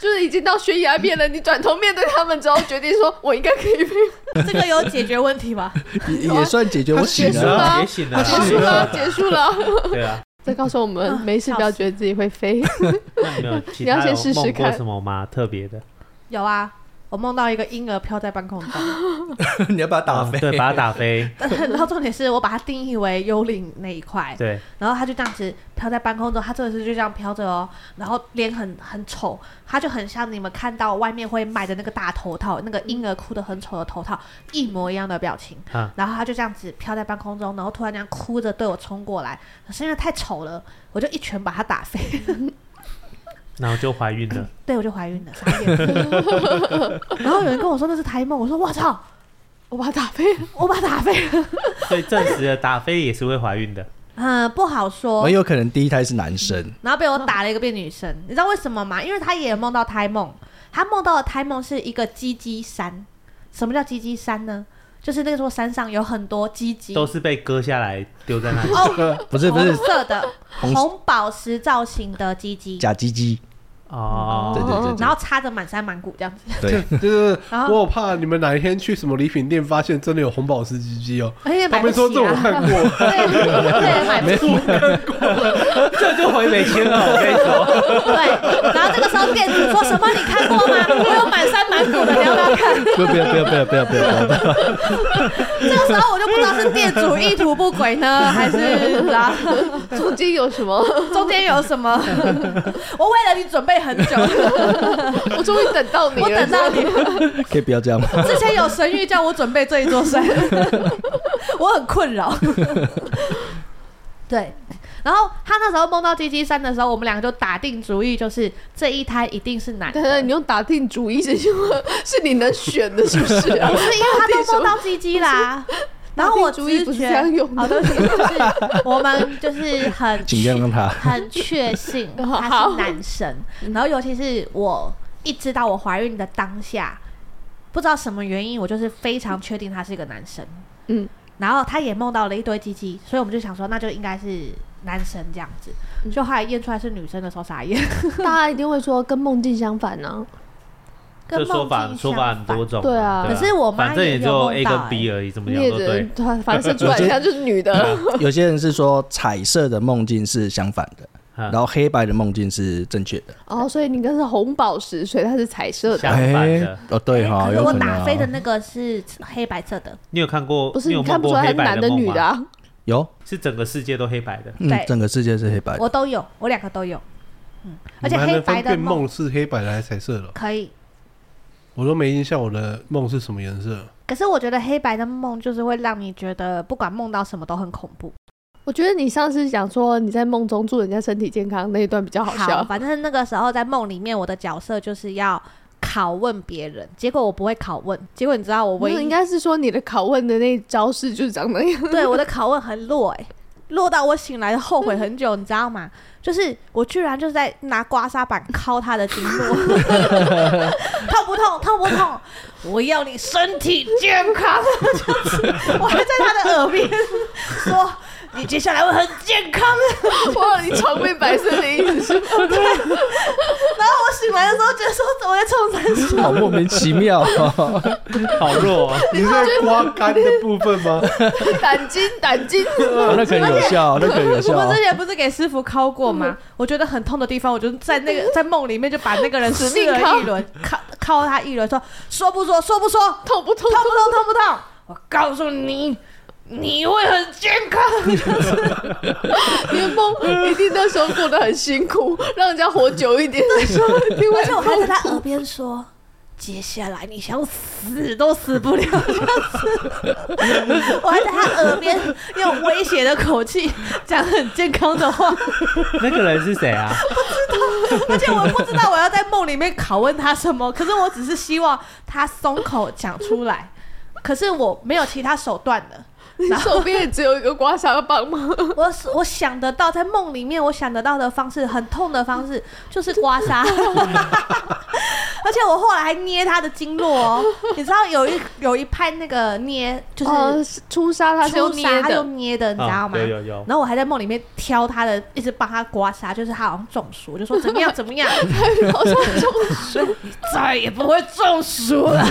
就是已经到悬崖边了，你转头面对他们之后，决定说我应该可以飞。 这个有解决问题吗？ 也算解决问题了，也醒了， 结束了。 对啊， 这告诉我们没事不要觉得自己会飞。 你要先试试看。什么吗？特别的？ 有啊。我梦到一个婴儿飘在半空中， 你要把它打飞， 对，把它打飞。 然后重点是我把它定义为幽灵那一块， 对。 然后他就这样子飘在半空中，他真的是就这样飘着哦。然后脸很丑，他就很像你们看到外面会卖的那个大头套，那个婴儿哭得很丑的头套，一模一样的表情。然后他就这样子飘在半空中，然后突然这样哭着对我冲过来，可是因为太丑了，我就一拳把他打飞。 然后就怀孕了。 对，我就怀孕了，傻眼。然后有人跟我说那是胎梦，我说我操，我把它打飞了，我把它打飞了。 所以证实了打飞也是会怀孕的。 不好说， 很有可能第一胎是男生， 然后被我打了一个变女生。你知道为什么吗？因为他也梦到胎梦，他梦到的胎梦是一个鸡鸡山。什么叫鸡鸡山呢？就是那座山上有很多鸡鸡， 都是被割下来丢在那里。 哦， 不是红色的红宝石造型的鸡鸡， 假鸡鸡。 哦， 对， 然后插着满山满谷这样子。 对，我有怕你们哪一天去什么礼品店发现真的有红宝石鸡鸡哦。他们说这我看过， 对，买不起， 这就回北京了。我跟你说， 对。然后这个时候店主说什么？你看过吗？我有满山满谷的，你要不要看？ 不要。 这个时候我就不知道是店主意图不轨呢，还是中间有什么？ 我为了你准备很久， 我终于等到你了。 我等到你了， 可以不要这样吗？ 之前有神谕叫我准备这一座山，我很困扰。对，然后他那时候梦到鸡鸡山的时候，我们两个就打定主意，就是这一胎一定是男的。 对，你用打定主意是你能选的，是不是？不是，因为他都梦到鸡鸡啦。然后我主意不是这样用的， 就是我们就是很确信他是男生。然后尤其是我一知道我怀孕的当下，不知道什么原因，我就是非常确定他是一个男生。然后他也梦到了一堆鸡鸡，所以我们就想说那就应该是男生这样子。就后来验出来是女生的时候傻眼。 大家一定会说跟梦境相反呢。 这说法很多种， 对啊。 可是我妈反正也只有 A 跟 B 而已，怎么讲都对。 反正出来像就是女的。 有些人是说彩色的梦境是相反的，然后黑白的梦境是正确的。 哦，所以你跟是红宝石，所以它是彩色的。 相反的。 哦，对哈， 可是我打飞的那个是黑白色的。 你有看过？ 不是，你看不出来是男的女的啊？ 有， 是整个世界都黑白的。 对， 整个世界是黑白的。 我都有，我两个都有。而且黑白的梦是黑白的还是彩色的？ 可以。 我都没印象我的梦是什么颜色。 可是我觉得黑白的梦就是会让你觉得不管梦到什么都很恐怖。 我觉得你上次讲说你在梦中祝人家身体健康那一段比较好笑。 反正那个时候在梦里面我的角色就是要拷问别人，结果我不会拷问，结果你知道我唯一应该是说你的拷问的那招式就是长那样。 对，我的拷问很弱落到我醒来后悔很久，你知道吗？就是我居然就是在拿刮痧板敲他的经络，痛不痛？痛不痛？我要你身体健康，我还在他的耳边说。你接下来会很健康的。 哇，你长命百岁的意思是吗？ 对。然后我醒来的时候觉得说我在冲三小， 好莫名其妙好弱啊！ 你是在刮肝的部分吗？ 胆经， 那可能有效，那可能有效。 我们之前不是给师傅敲过吗？我觉得很痛的地方，我就在那个在梦里面就把那个人死命了一轮，敲他一轮，说不说？痛不痛？ 痛不痛？ 我告诉你。你会很健康。 你的梦一定那时候过得很辛苦，让人家活久一点的时候， 而且我还在他耳边说：“接下来你想死都死不了。”这样子，我还在他耳边用威胁的口气讲很健康的话。 那个人是谁啊？ 不知道，而且我不知道我要在梦里面拷问他什么，可是我只是希望他松口讲出来。可是我没有其他手段的。 你手边也只有一个刮痧棒吗？ 我想得到，在梦里面我想得到的方式，很痛的方式就是刮痧，而且我后来还捏他的经络哦。你知道有一派那个捏就是出痧，他是用捏的， 他用捏的，你知道吗？ 有。 然后我还在梦里面挑他的，一直帮他刮痧，就是他好像中暑，我就说怎么样怎么样， 他好像中暑， 你再也不会中暑了。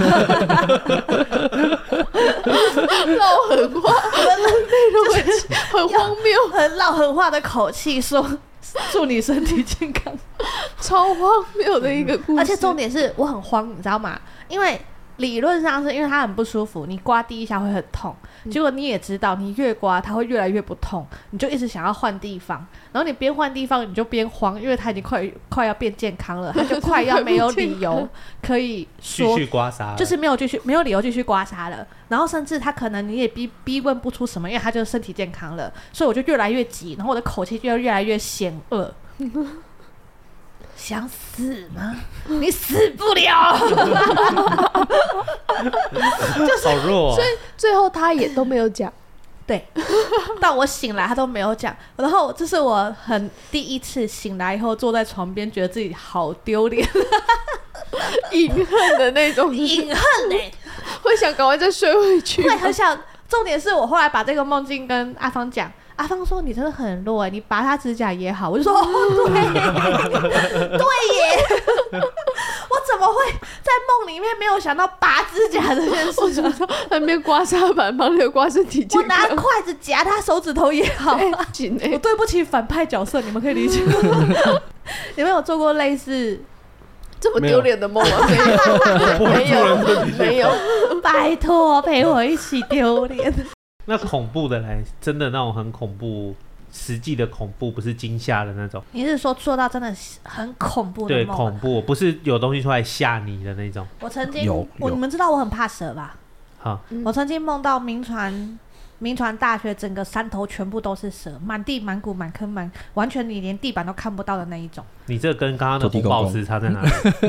唠狠话，很荒谬， 很唠狠话的口气说祝你身体健康， 超荒谬的一个故事。 而且重点是我很慌，你知道吗？因为理论上是因为它很不舒服，你刮第一下会很痛，结果你也知道你越刮它会越来越不痛，你就一直想要换地方，然后你边换地方你就边慌，因为它已经快要变健康了，它就快要没有理由可以说继续刮痧， 就是没有理由继续刮痧了，然后甚至他可能你也逼问不出什么，因为他就是身体健康了，所以我就越来越急，然后我的口气就越来越险恶。想死吗？你死不了。 就是好弱哦。 所以最后他也都没有讲。 对，到我醒来他都没有讲。然后这是我第一次醒来以后坐在床边，觉得自己好丢脸， 隐恨的那种， 隐恨欸， 会想赶快再睡回去， 会很想。重点是我后来把这个梦境跟阿芳讲。阿芳说：“你真的很弱你拔他指甲也好。”我就说：“哦，对耶，我怎么会在梦里面没有想到拔指甲这件事情？ 在那边刮痧板帮那个刮身体健康， 我拿筷子夹他手指头也好。我对不起反派角色，你们可以理解。你们有做过类似这么丢脸的梦吗？没有， 拜托陪我一起丢脸。” 那恐怖的来，真的那种很恐怖，实际的恐怖，不是惊吓的那种。 你是说做到真的很恐怖的梦？ 对，恐怖，不是有东西出来吓你的那种。 我曾经你们知道我很怕蛇吧？ 好， 我曾经梦到铭传大学整个山头全部都是蛇，满地满谷满坑满，完全你连地板都看不到的那一种。你这跟刚刚的红宝石差在哪里？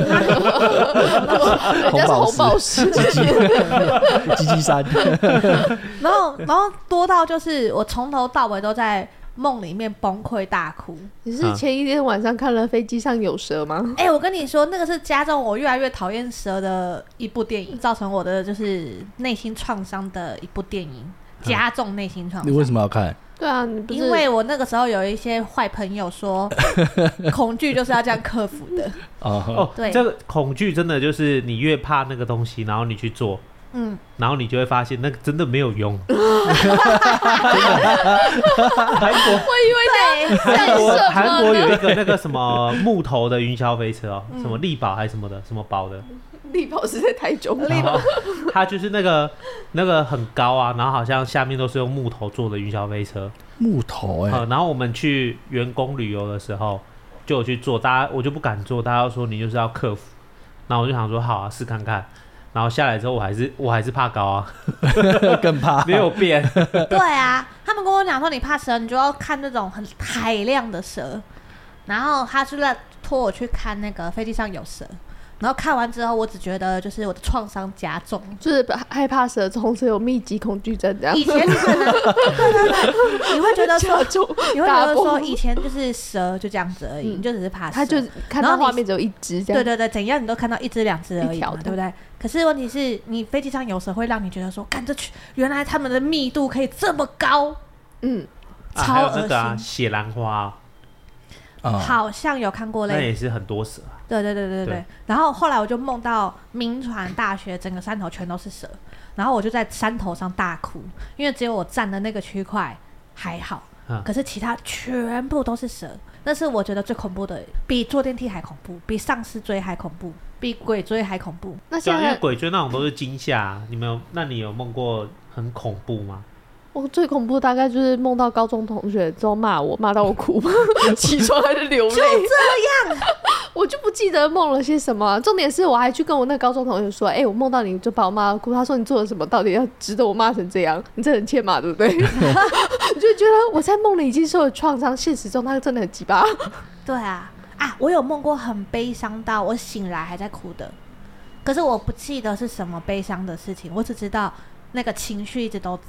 人家是红宝石， 鸡鸡山。 然后多到就是我从头到尾都在梦里面崩溃大哭。 你是前一天晚上看了《飞机上有蛇》吗？ 我跟你说，那个是加重我越来越讨厌蛇的一部电影，造成我的就是内心创伤的一部电影。加重内心创伤。 你为什么要看？ 对啊，你不是因为我那个时候有一些坏朋友说，恐惧就是要这样克服的。 对，这个恐惧真的就是你越怕那个东西，然后你去做，然后你就会发现那个真的没有用。真的， 我以为韩国有一个那个什么木头的云霄飞车什么力宝还是什么的，什么宝的。 力宝是在台中， 它就是那个很高啊，然后好像下面都是用木头做的云霄飞车。 木头然后我们去员工旅游的时候就有去做，我就不敢做，大家说你就是要克服，然后我就想说好啊，试看看。然后下来之后我还是怕高啊， 更怕， 没有变。 对啊，他们跟我讲说你怕蛇，你就要看那种很海量的蛇，然后他就在拖我去看那个飞机上有蛇。然后看完之后，我只觉得就是我的创伤加重， 就是害怕蛇，从此有密集恐惧症这样。 以前可能你会觉得说，以前就是蛇就这样子而已，你就只是怕蛇， 他就看到画面只有一只这样。 对，怎样你都看到一只两只而已嘛，对不对？可是问题是你飞机上有蛇会让你觉得说，干这原来他们的密度可以这么高， 还有那个血兰花。 好像有看过类似， 那也是很多蛇。 对。然后后来我就梦到铭传大学整个山头全都是蛇，然后我就在山头上大哭，因为只有我站的那个区块还好，可是其他全部都是蛇。那是我觉得最恐怖的，比坐电梯还恐怖，比丧尸追还恐怖，比鬼追还恐怖。 那现在因为鬼追那种都是惊吓，那你有梦过很恐怖吗？ 我最恐怖大概就是梦到高中同学之后骂到我哭，起床还是流泪，就这样。 我就不记得梦了些什么。重点是我还去跟我那高中同学说，我梦到你就把我骂到哭。他说你做了什么？到底要值得我骂成这样？你这很欠骂，对不对？我就觉得我在梦里已经受了创伤，现实中他真的很鸡巴。 对啊，我有梦过很悲伤到我醒来还在哭的，可是我不记得是什么悲伤的事情，我只知道那个情绪一直都在。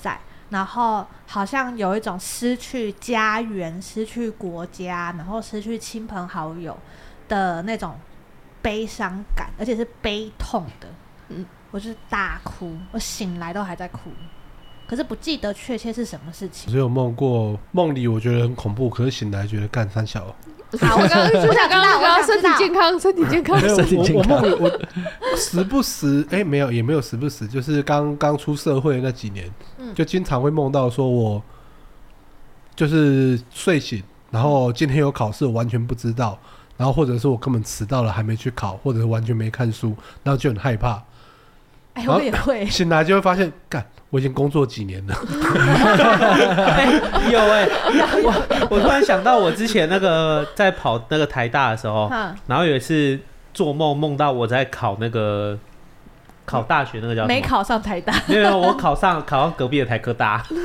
然后好像有一种失去家园、失去国家，然后失去亲朋好友的那种悲伤感，而且是悲痛的。我就是大哭，我醒来都还在哭，可是不记得确切是什么事情。 只有梦过，梦里我觉得很恐怖，可是醒来觉得干三小。 好，我刚刚身体健康，身体健康。 我梦里我时不时没有也没有时不时，就是刚出社会那几年，就经常会梦到说我就是睡醒，然后今天有考试，我完全不知道，然后或者是我根本迟到了还没去考，或者是完全没看书，然后就很害怕。 我也会醒来就会发现，干，我已经工作几年了。 有我突然想到，我之前那个在跑那个台大的时候，然后有一次做梦到我在考那个考大学，那个叫什么？ 没考上台大， 没有，我考上隔壁的台科大。 还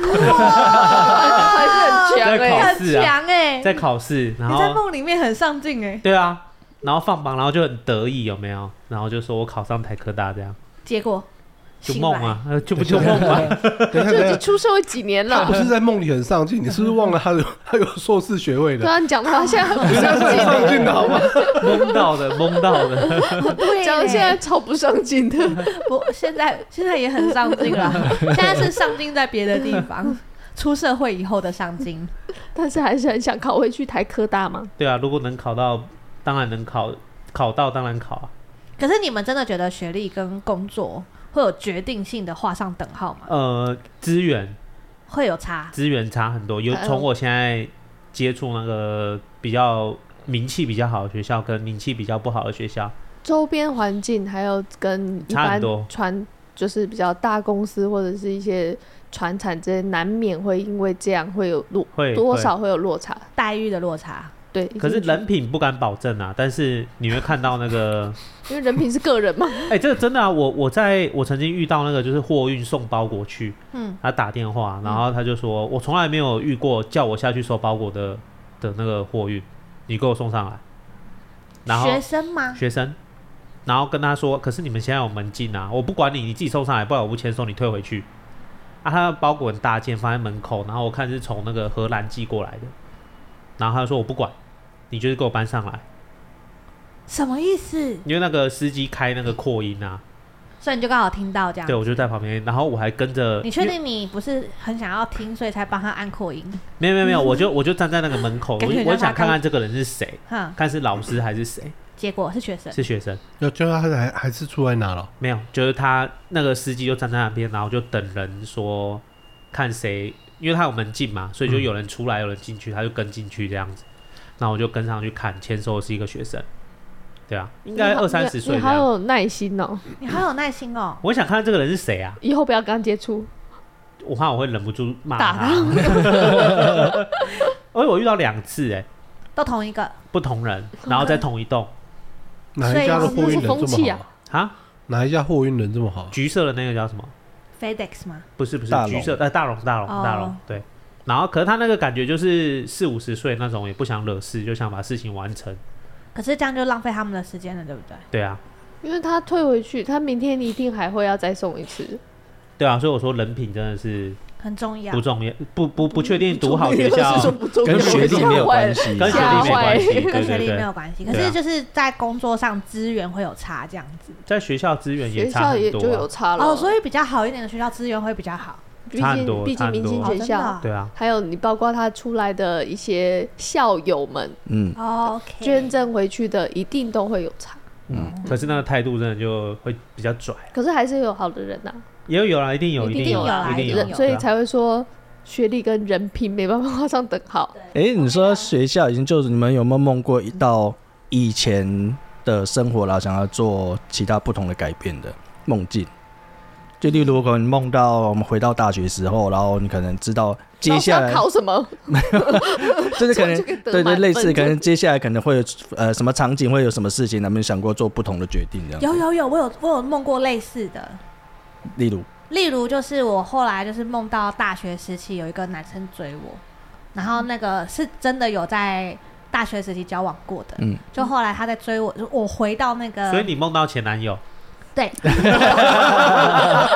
是很强很强在考试，然后你在梦里面很上进对啊，然后放榜，然后就很得意，有没有？然后就说我考上台科大这样。 结果就梦啊，就不就梦吗？ 就已经出社会几年了。 他不是在梦里很上进，你是不是忘了他有硕士学位的？ 对啊，你讲的他现在很不上进的好吗？ 懵到的。 对， 讲的现在超不上进的。 不，现在也很上进了，现在是上进在别的地方。出社会以后的上进， 但是还是很想考回去台科大嘛。 对啊，如果能考到，当然能考到，当然考啊。 可是你们真的觉得学历跟工作会有决定性的画上等号吗？ 资源会有差， 资源差很多。从我现在接触那个比较名气比较好的学校，跟名气比较不好的学校， 周边环境还有跟一般就是比较大公司或者是一些传产这些，难免会因为这样会有多少会有落差， 待遇的落差。 对， 可是人品不敢保证啊，但是你会看到那个， 因为人品是个人嘛。 这个真的啊，我曾经遇到那个就是货运送包裹去，他打电话，然后他就说，我从来没有遇过叫我下去收包裹的那个货运，你给我送上来。然后学生吗？ 学生，然后跟他说，可是你们现在有门禁啊，我不管你自己送上来，不然我不签收，你退回去。他的包裹很大件放在门口，然后我看是从那个荷兰寄过来的，然后他就说我不管。你就是给我搬上来， 什么意思？ 因为那个司机开那个扩音啊， 所以你就刚好听到这样。 对，我就在旁边，然后我还跟着。 你确定你不是很想要听，所以才帮他按扩音？ 没有，我就站在那个门口，我想看看这个人是谁，看是老师还是谁。 结果是学生， 是学生。 就他还是出来拿了？ 没有，就是他那个司机就站在那边，然后就等人说看谁，因为他有门禁嘛，所以就有人出来，有人进去，他就跟进去这样子。然后我就跟上去看，签收的是一个学生，对啊，应该20-30岁。 你好有耐心哦， 你好有耐心哦。 我想看这个人是谁啊？ 以后不要跟他接触， 我怕我会忍不住骂他。我遇到2次， 都同一个， 不同人，然后在同一栋。 哪一家的货运人这么好啊？ 哪一家货运人这么好？ 橘色的那个叫什么 ？FedEx 吗？ 不是，橘色大龙，对。然后，可是他那个感觉就是40-50岁那种，也不想惹事，就想把事情完成。 可是这样就浪费他们的时间了，对不对？ 对啊， 因为他退回去，他明天一定还会要再送一次。 对啊，所以我说人品真的是很重要， 不重要，不确定读好学校跟学历没有关系， 跟学历没关系， 跟学历没有关系。可是就是在工作上资源会有差，这样子。 在学校资源也差很多， 学校也就有差了。 所以比较好一点的学校资源会比较好。 毕竟明星学校， 对啊， 还有你包括他出来的一些校友们，捐赠回去的一定都会有差。 可是那个态度真的就会比较拽。 可是还是有好的人呐， 也有啦，一定有， 所以才会说学历跟人品没办法画上等号。 你说学校已经就是你们有没有梦过到以前的生活，然后想要做其他不同的改变的梦境？就例如，可能梦到我们回到大学时候，然后你可能知道接下来考什么， 没有，就是可能对类似，可能接下来可能会有什么场景，会有什么事情，有没有想过做不同的决定？这样有，我有梦过类似的， 例如就是我后来就是梦到大学时期有一个男生追我，然后那个是真的有在大学时期交往过的，就后来他在追我，我回到那个， 所以你梦到前男友。 对，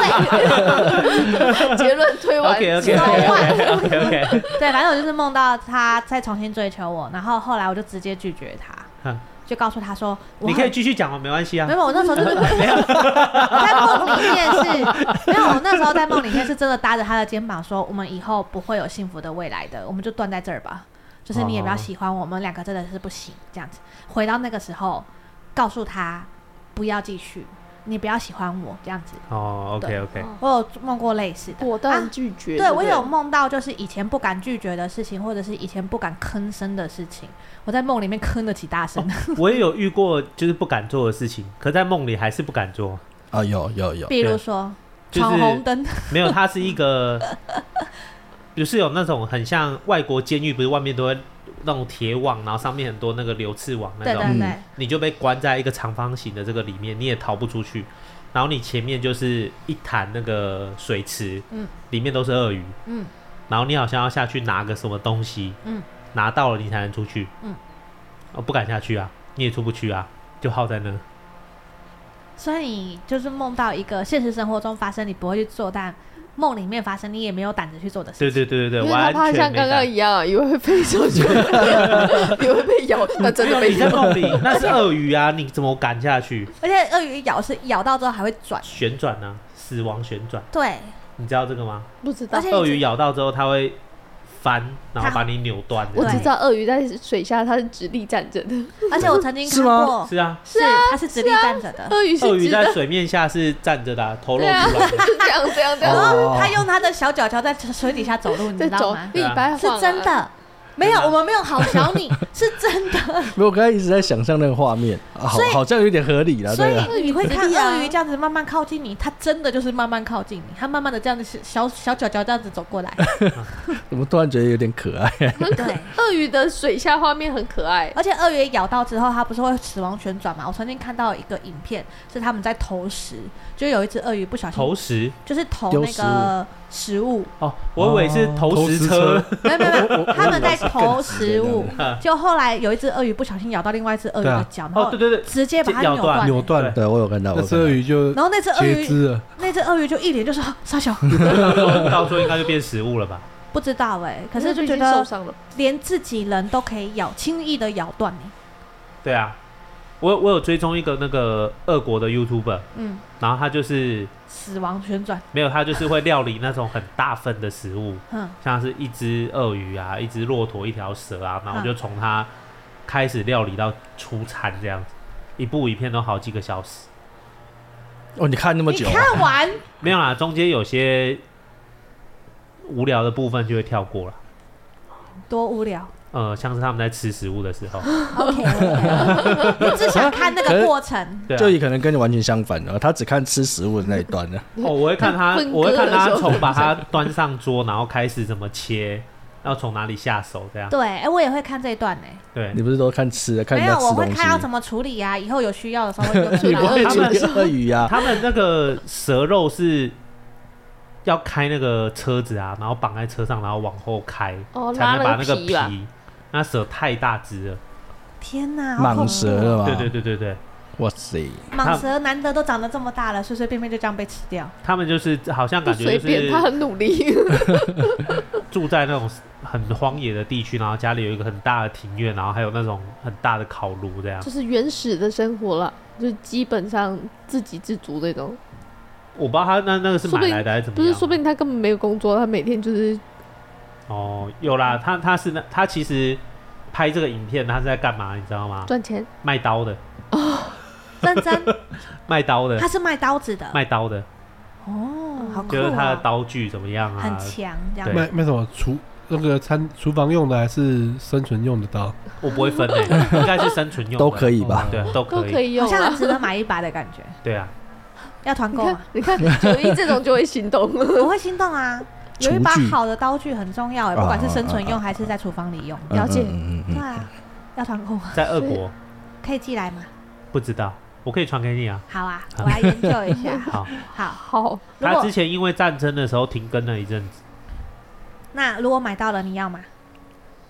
结论推完 OK， 对，反正我就是梦到他再重新追求我，然后后来我就直接拒绝他，就告诉他说， 你可以继续讲吗？没关系啊。 没有，我那时候就是没有，在梦里面是没有，我那时候在梦里面是真的搭着他的肩膀说，我们以后不会有幸福的未来的，我们就断在这儿吧。就是你也不要喜欢我们两个，真的是不行。这样子回到那个时候，告诉他不要继续。你不要喜欢我这样子哦 ，OK， 我有梦过类似的， 果断拒绝。 对，我有梦到就是以前不敢拒绝的事情，或者是以前不敢吭声的事情，我在梦里面吭得起大声。 我也有遇过就是不敢做的事情，可在梦里还是不敢做啊。有， 比如说闯红灯， 没有，它是一个，就是有那种很像外国监狱，不是外面都会那种铁网，然后上面很多那个流刺网那种， 对， 你就被关在一个长方形的这个里面，你也逃不出去。然后你前面就是一潭那个水池，里面都是鳄鱼，然后你好像要下去拿个什么东西，拿到了你才能出去，我不敢下去啊，你也出不去啊，就耗在那。 所以你就是梦到一个现实生活中发生你不会去做，但梦里面发生你也没有胆子去做的事情。 对， 因为他怕像刚刚一样，以为会飞出去，以为被咬，那真的被咬。你在梦里那是鳄鱼啊，你怎么敢下去？ 而且鳄鱼咬是咬到之后还会旋转啊，死亡旋转。 对， 你知道这个吗？ 不知道。 鳄鱼咬到之后，它会翻，然后把你扭断。 我只知道鳄鱼在水下它是直立站着的， 而且我曾经看过， 是啊， 它是直立站着的。 鳄鱼在水面下是站着的，头露出来， 这样。 然后它用它的小脚在水底下走路，你知道吗？是真的。没有，我们没有好小你，是真的。 没有，我刚才一直在想象那个画面，好像有点合理了。 所以你会看鳄鱼这样子慢慢靠近你，它真的就是慢慢靠近你，它慢慢的这样子小脚这样子走过来。 我们突然觉得有点可爱。 对， 鳄鱼的水下画面很可爱， 而且鳄鱼咬到之后，它不是会死亡旋转吗？我曾经看到一个影片，是他们在投食，就有一只鳄鱼不小心投食， 就是投那个食物。 哦，我以为是投食车。 没有，他们在投食物，就后来有一只鳄鱼不小心咬到另外一只鳄鱼的脚，然后直接把它扭断。 对，我有看到。 那只鳄鱼就， 然后那只鳄鱼就一脸就说傻小， 到时候应该就变食物了吧？ 不知道可是就觉得连自己人都可以轻易的咬断你。 对啊，我有追踪一个那个俄国的 YouTuber，然后他就是死亡旋转， 没有，他就是会料理那种很大份的食物，像是一只鳄鱼啊，一只骆驼，一条蛇啊，然后就从他开始料理到出餐这样子，一部影片都好几个小时。 哦，你看那么久？ 你看完？ 没有啦，中间有些无聊的部分就会跳过了。 多无聊？ 像是他们在吃食物的时候。 OK， 你只想看那个过程， 就可能跟你完全相反了。他只看吃食物的那一段呢。 我会看他从把它端上桌，然后开始怎么切，要从哪里下手这样。 对，我也会看这一段对， 你不是都看吃的？看人家吃东西。 没有，我会看要怎么处理啊，以后有需要的时候会用。 处理鳄鱼啊， 他们那个蛇肉是要开那个车子啊，然后绑在车上，然后往后开，才能把那个皮。那蛇太大只了， 天哪！ 蟒蛇了吗？ 对， 哇塞！ 蟒蛇难得都长得这么大了，随随便便就这样被吃掉。 他们就是好像感觉就是他很努力， 住在那种很荒野的地区，然后家里有一个很大的庭院，然后还有那种很大的烤炉，这样就是原始的生活了，就是基本上自给自足那种。 我不知道他那个是买来的还是怎么样？ 不是，说不定他根本没有工作，他每天就是。 有啦，他其实拍这个影片，他是在干嘛？你知道吗？ 赚钱， 卖刀的。 认真卖刀的， 他是卖刀子的， 卖刀的。 好酷！ 就是他的刀具怎么样啊？ 很强，这样。 卖什么那个厨房用的还是生存用的刀？ 我不会分应该是生存用的， 都可以吧？ 对，都可以用， 好像很值得买一把的感觉。 对啊， 要团购吗？ 你看91这种就会心动， 我会心动啊！有一把好的刀具很重要，不管是生存用还是在厨房里用。 了解， 对啊，要团购吗？ 在俄国可以寄来吗？ 不知道，我可以传给你啊。 好啊，我来研究一下。 好。 他之前因为战争的时候停更了一阵子。 那如果买到了，你要吗？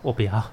我不要。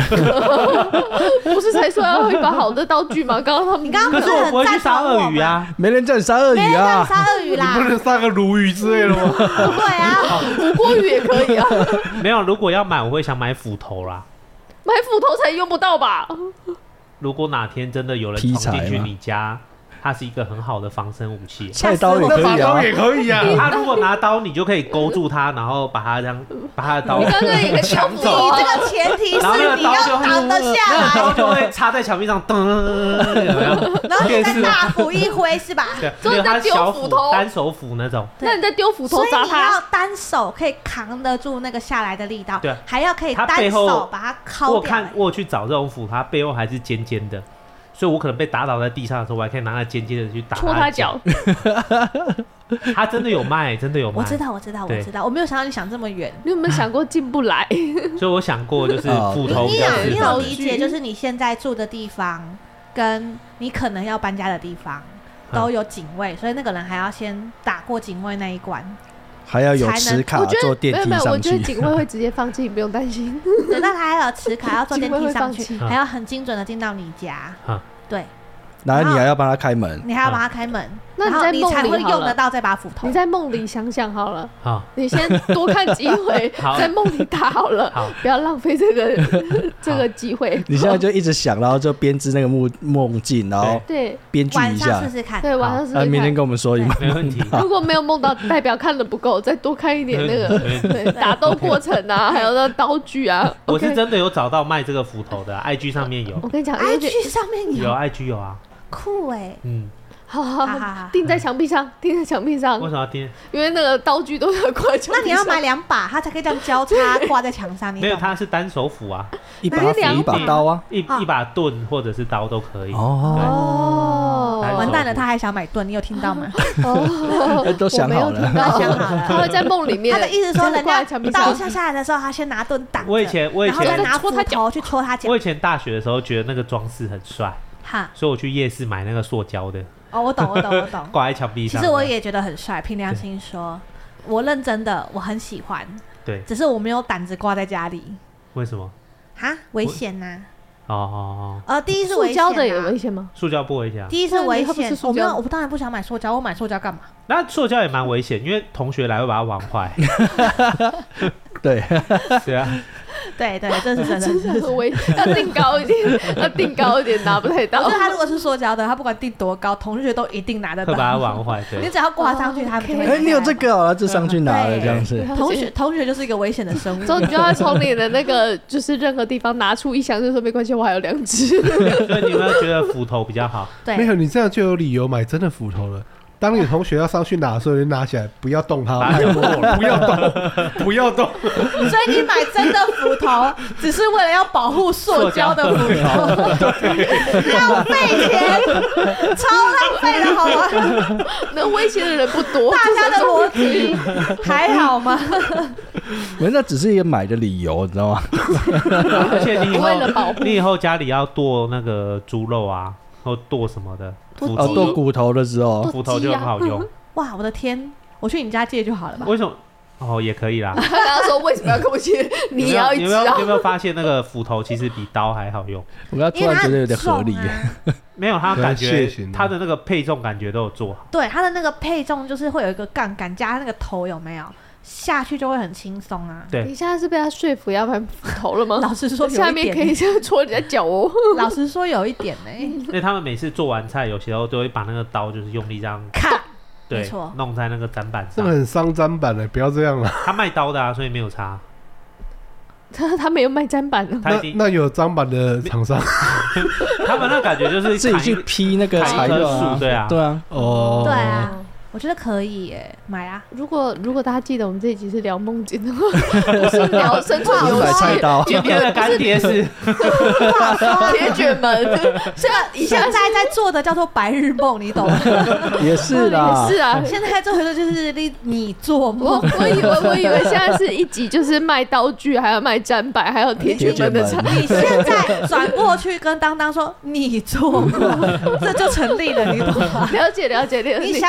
不是才说要一把好的道具吗？刚刚你刚刚可是我不会去杀鳄鱼啊， 没人叫你杀鳄鱼啊， 杀鳄鱼啦， 你不能杀个鲈鱼之类的吗？ 对啊， 捕锅鱼也可以啊。 没有，如果要买，我会想买斧头啦。 买斧头才用不到吧？ 如果哪天真的有人闯进去你家，它是一个很好的防身武器。 菜刀也可以啊， 刀也可以啊。 他如果拿刀，你就可以勾住他，然后把他这样把他的刀抢走。 你这个前提是你要挡得下来， 刀就会插在墙壁上，噔， 然后你再大斧一挥是吧？ 所以他小斧头、单手斧那种。 那你再丢斧头砸他， 所以你要单手可以扛得住那个下来的力道， 对， 还要可以单手把它敲掉。 我去找这种斧，它背后还是尖尖的。所以我可能被打倒在地上的时候，我还可以拿那尖尖的去打戳他脚。 他真的有卖，真的有卖。 我知道，我没有想到你想这么远。 你有没有想过进不来？ 所以我想过，就是斧头。 你有理解，就是你现在住的地方，跟你可能要搬家的地方都有警卫，所以那个人还要先打过警卫那一关。 还要有持卡坐电梯上去。 我觉得警卫会直接放弃，你不用担心。 对，那他还有持卡要坐电梯上去，还要很精准的进到你家。对， 然后你还要帮他开门， 你还要帮他开门， 然后你才会用得到这把斧头。 你在梦里想想好了， 好， 你先多看几回，在梦里打好了，不要浪费这个机会。 你现在就一直想，然后就编织那个梦境，然后对编剧一下， 晚上试试看。 对，晚上试试看。 明天跟我们说， 没问题。 如果没有梦到，代表看的不够，再多看一点那个对打斗过程啊，还有那刀具啊。 我是真的有找到卖这个斧头的，IG 上面有。 我跟你讲 ，IG 上面有 IG 有啊。 酷哎， 好，钉在墙壁上，钉在墙壁上。 为什么要钉？ 因为那个刀具都要挂在墙壁上。 那你要买2把，它才可以这样交叉挂在墙上。 没有，它是单手斧啊， 一把斧一把刀啊， 一把盾或者是刀都可以。 哦， 完蛋了，他还想买盾，你有听到吗？ 都想好了， 他会在梦里面。 他的意思说，人家刀下来的时候，他先拿盾挡着，然后再拿斧头去戳他脚。 我以前大学的时候觉得那个装饰很帅。所以我去夜市买那个塑胶的。 哦，我懂。 挂在墙壁上。 其实我也觉得很帅，凭良心说，我认真的，我很喜欢。 对。 只是我没有胆子挂在家里。 为什么？ 哈，危险呐！第一是危险。塑胶的也危险吗？ 塑胶不危险。 第一是危险。我当然不想买塑胶，我买塑胶干嘛？ 那塑胶也蛮危险，因为同学来会把它玩坏。 对。 对啊。 对，这是真的。 要定高一点，拿不太到。 我觉得他如果是塑胶的，他不管定多高，同学都一定拿得到。 会把它玩坏。对。 你只要挂上去，他们就会。 你有这个哦，就上去拿了这样子。 同学就是一个危险的生物。 之后你就要从你的那个就是任何地方拿出一箱，就说没关系，我还有2只。 所以你们觉得斧头比较好？ 对。 没有，你这样就有理由买真的斧头了。当你同学要上去拿的时候，就拿起来，不要动它，不要动。 所以你买真的斧头，只是为了要保护塑胶的斧头，浪费钱，超浪费的好吗？ 能威胁的人不多， 大家的逻辑还好吗？ 那只是一个买的理由，你知道吗？ 而且你以后家里要剁那个猪肉啊，或剁什么的。 剁骨头的时候， 斧头就很好用。 哇，我的天！我去你家借就好了吧？ 为什么？也可以啦。 他刚刚说为什么要跟我借？你要一只啊？ 有没有发现那个斧头其实比刀还好用？ 我刚突然觉得有点合理。 没有，他感觉他的那个配重感觉都有做好。 对，他的那个配重就是会有一个杠杆加那个头，有没有？下去就会很轻松啊！ 对， 你现在是被他说服要买斧头了吗？ 老实说， 下面可以这样戳人家脚哦。 老实说，有一点呢。 因为他们每次做完菜，有时候都会把那个刀就是用力这样看， 对，弄在那个砧板上， 这个很伤砧板的，不要这样了。 他卖刀的啊，所以没有差。 他没有卖砧板的， 那有砧板的厂商， 他们那感觉就是自己去劈那个材料， 对啊， 对啊， 对啊。我觉得可以耶，买啊！ 如果大家记得我们这一集是聊梦境的话，不是聊生存游戏。 今天的干爹是铁卷门， 现在在做的叫做白日梦，你懂吗？ 也是啦， 也是啊。 现在在做的就是你做梦。 我以为现在是一集就是卖道具，还要卖砧板，还有铁卷门的产品。 你现在转过去跟当当说你做梦，这就成立了，你懂吗？ 了解。 你想买斧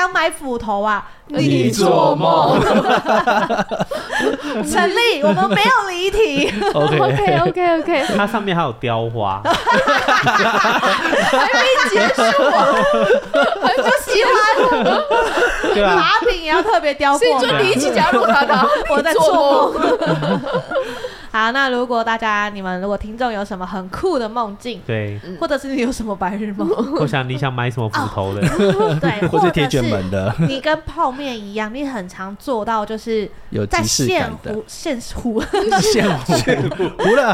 斧头啊？ 你做梦。 成立，我们没有离题。 OK， 它上面还有雕花， 还没结束啊， 我就喜欢。 对啊， 把柄也要特别雕过。 所以就你一起加入他的， 我在做梦。好，那如果你们如果听众有什么很酷的梦境， 对， 或者是你有什么白日梦， 你想买什么斧头的， 对， 或者铁卷门的， 你跟泡面一样，你很常做到就是有即视感的现糊了，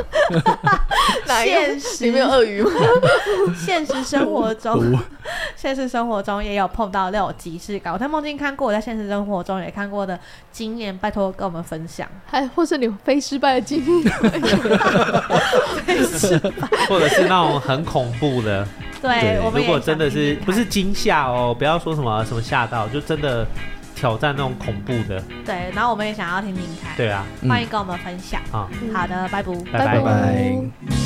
现实里面有鳄鱼吗？ 现实生活中也有碰到那种即视感。我在梦境看过，我在现实生活中也看过的经验，拜托跟我们分享。 或是你非失败的经历， 或者是那种很恐怖的。 对，我们如果真的是不是惊吓哦，不要说什么吓到，就真的挑战那种恐怖的。 对，然后我们也想要听听看。 对啊， 欢迎跟我们分享。好的，拜拜。 拜拜。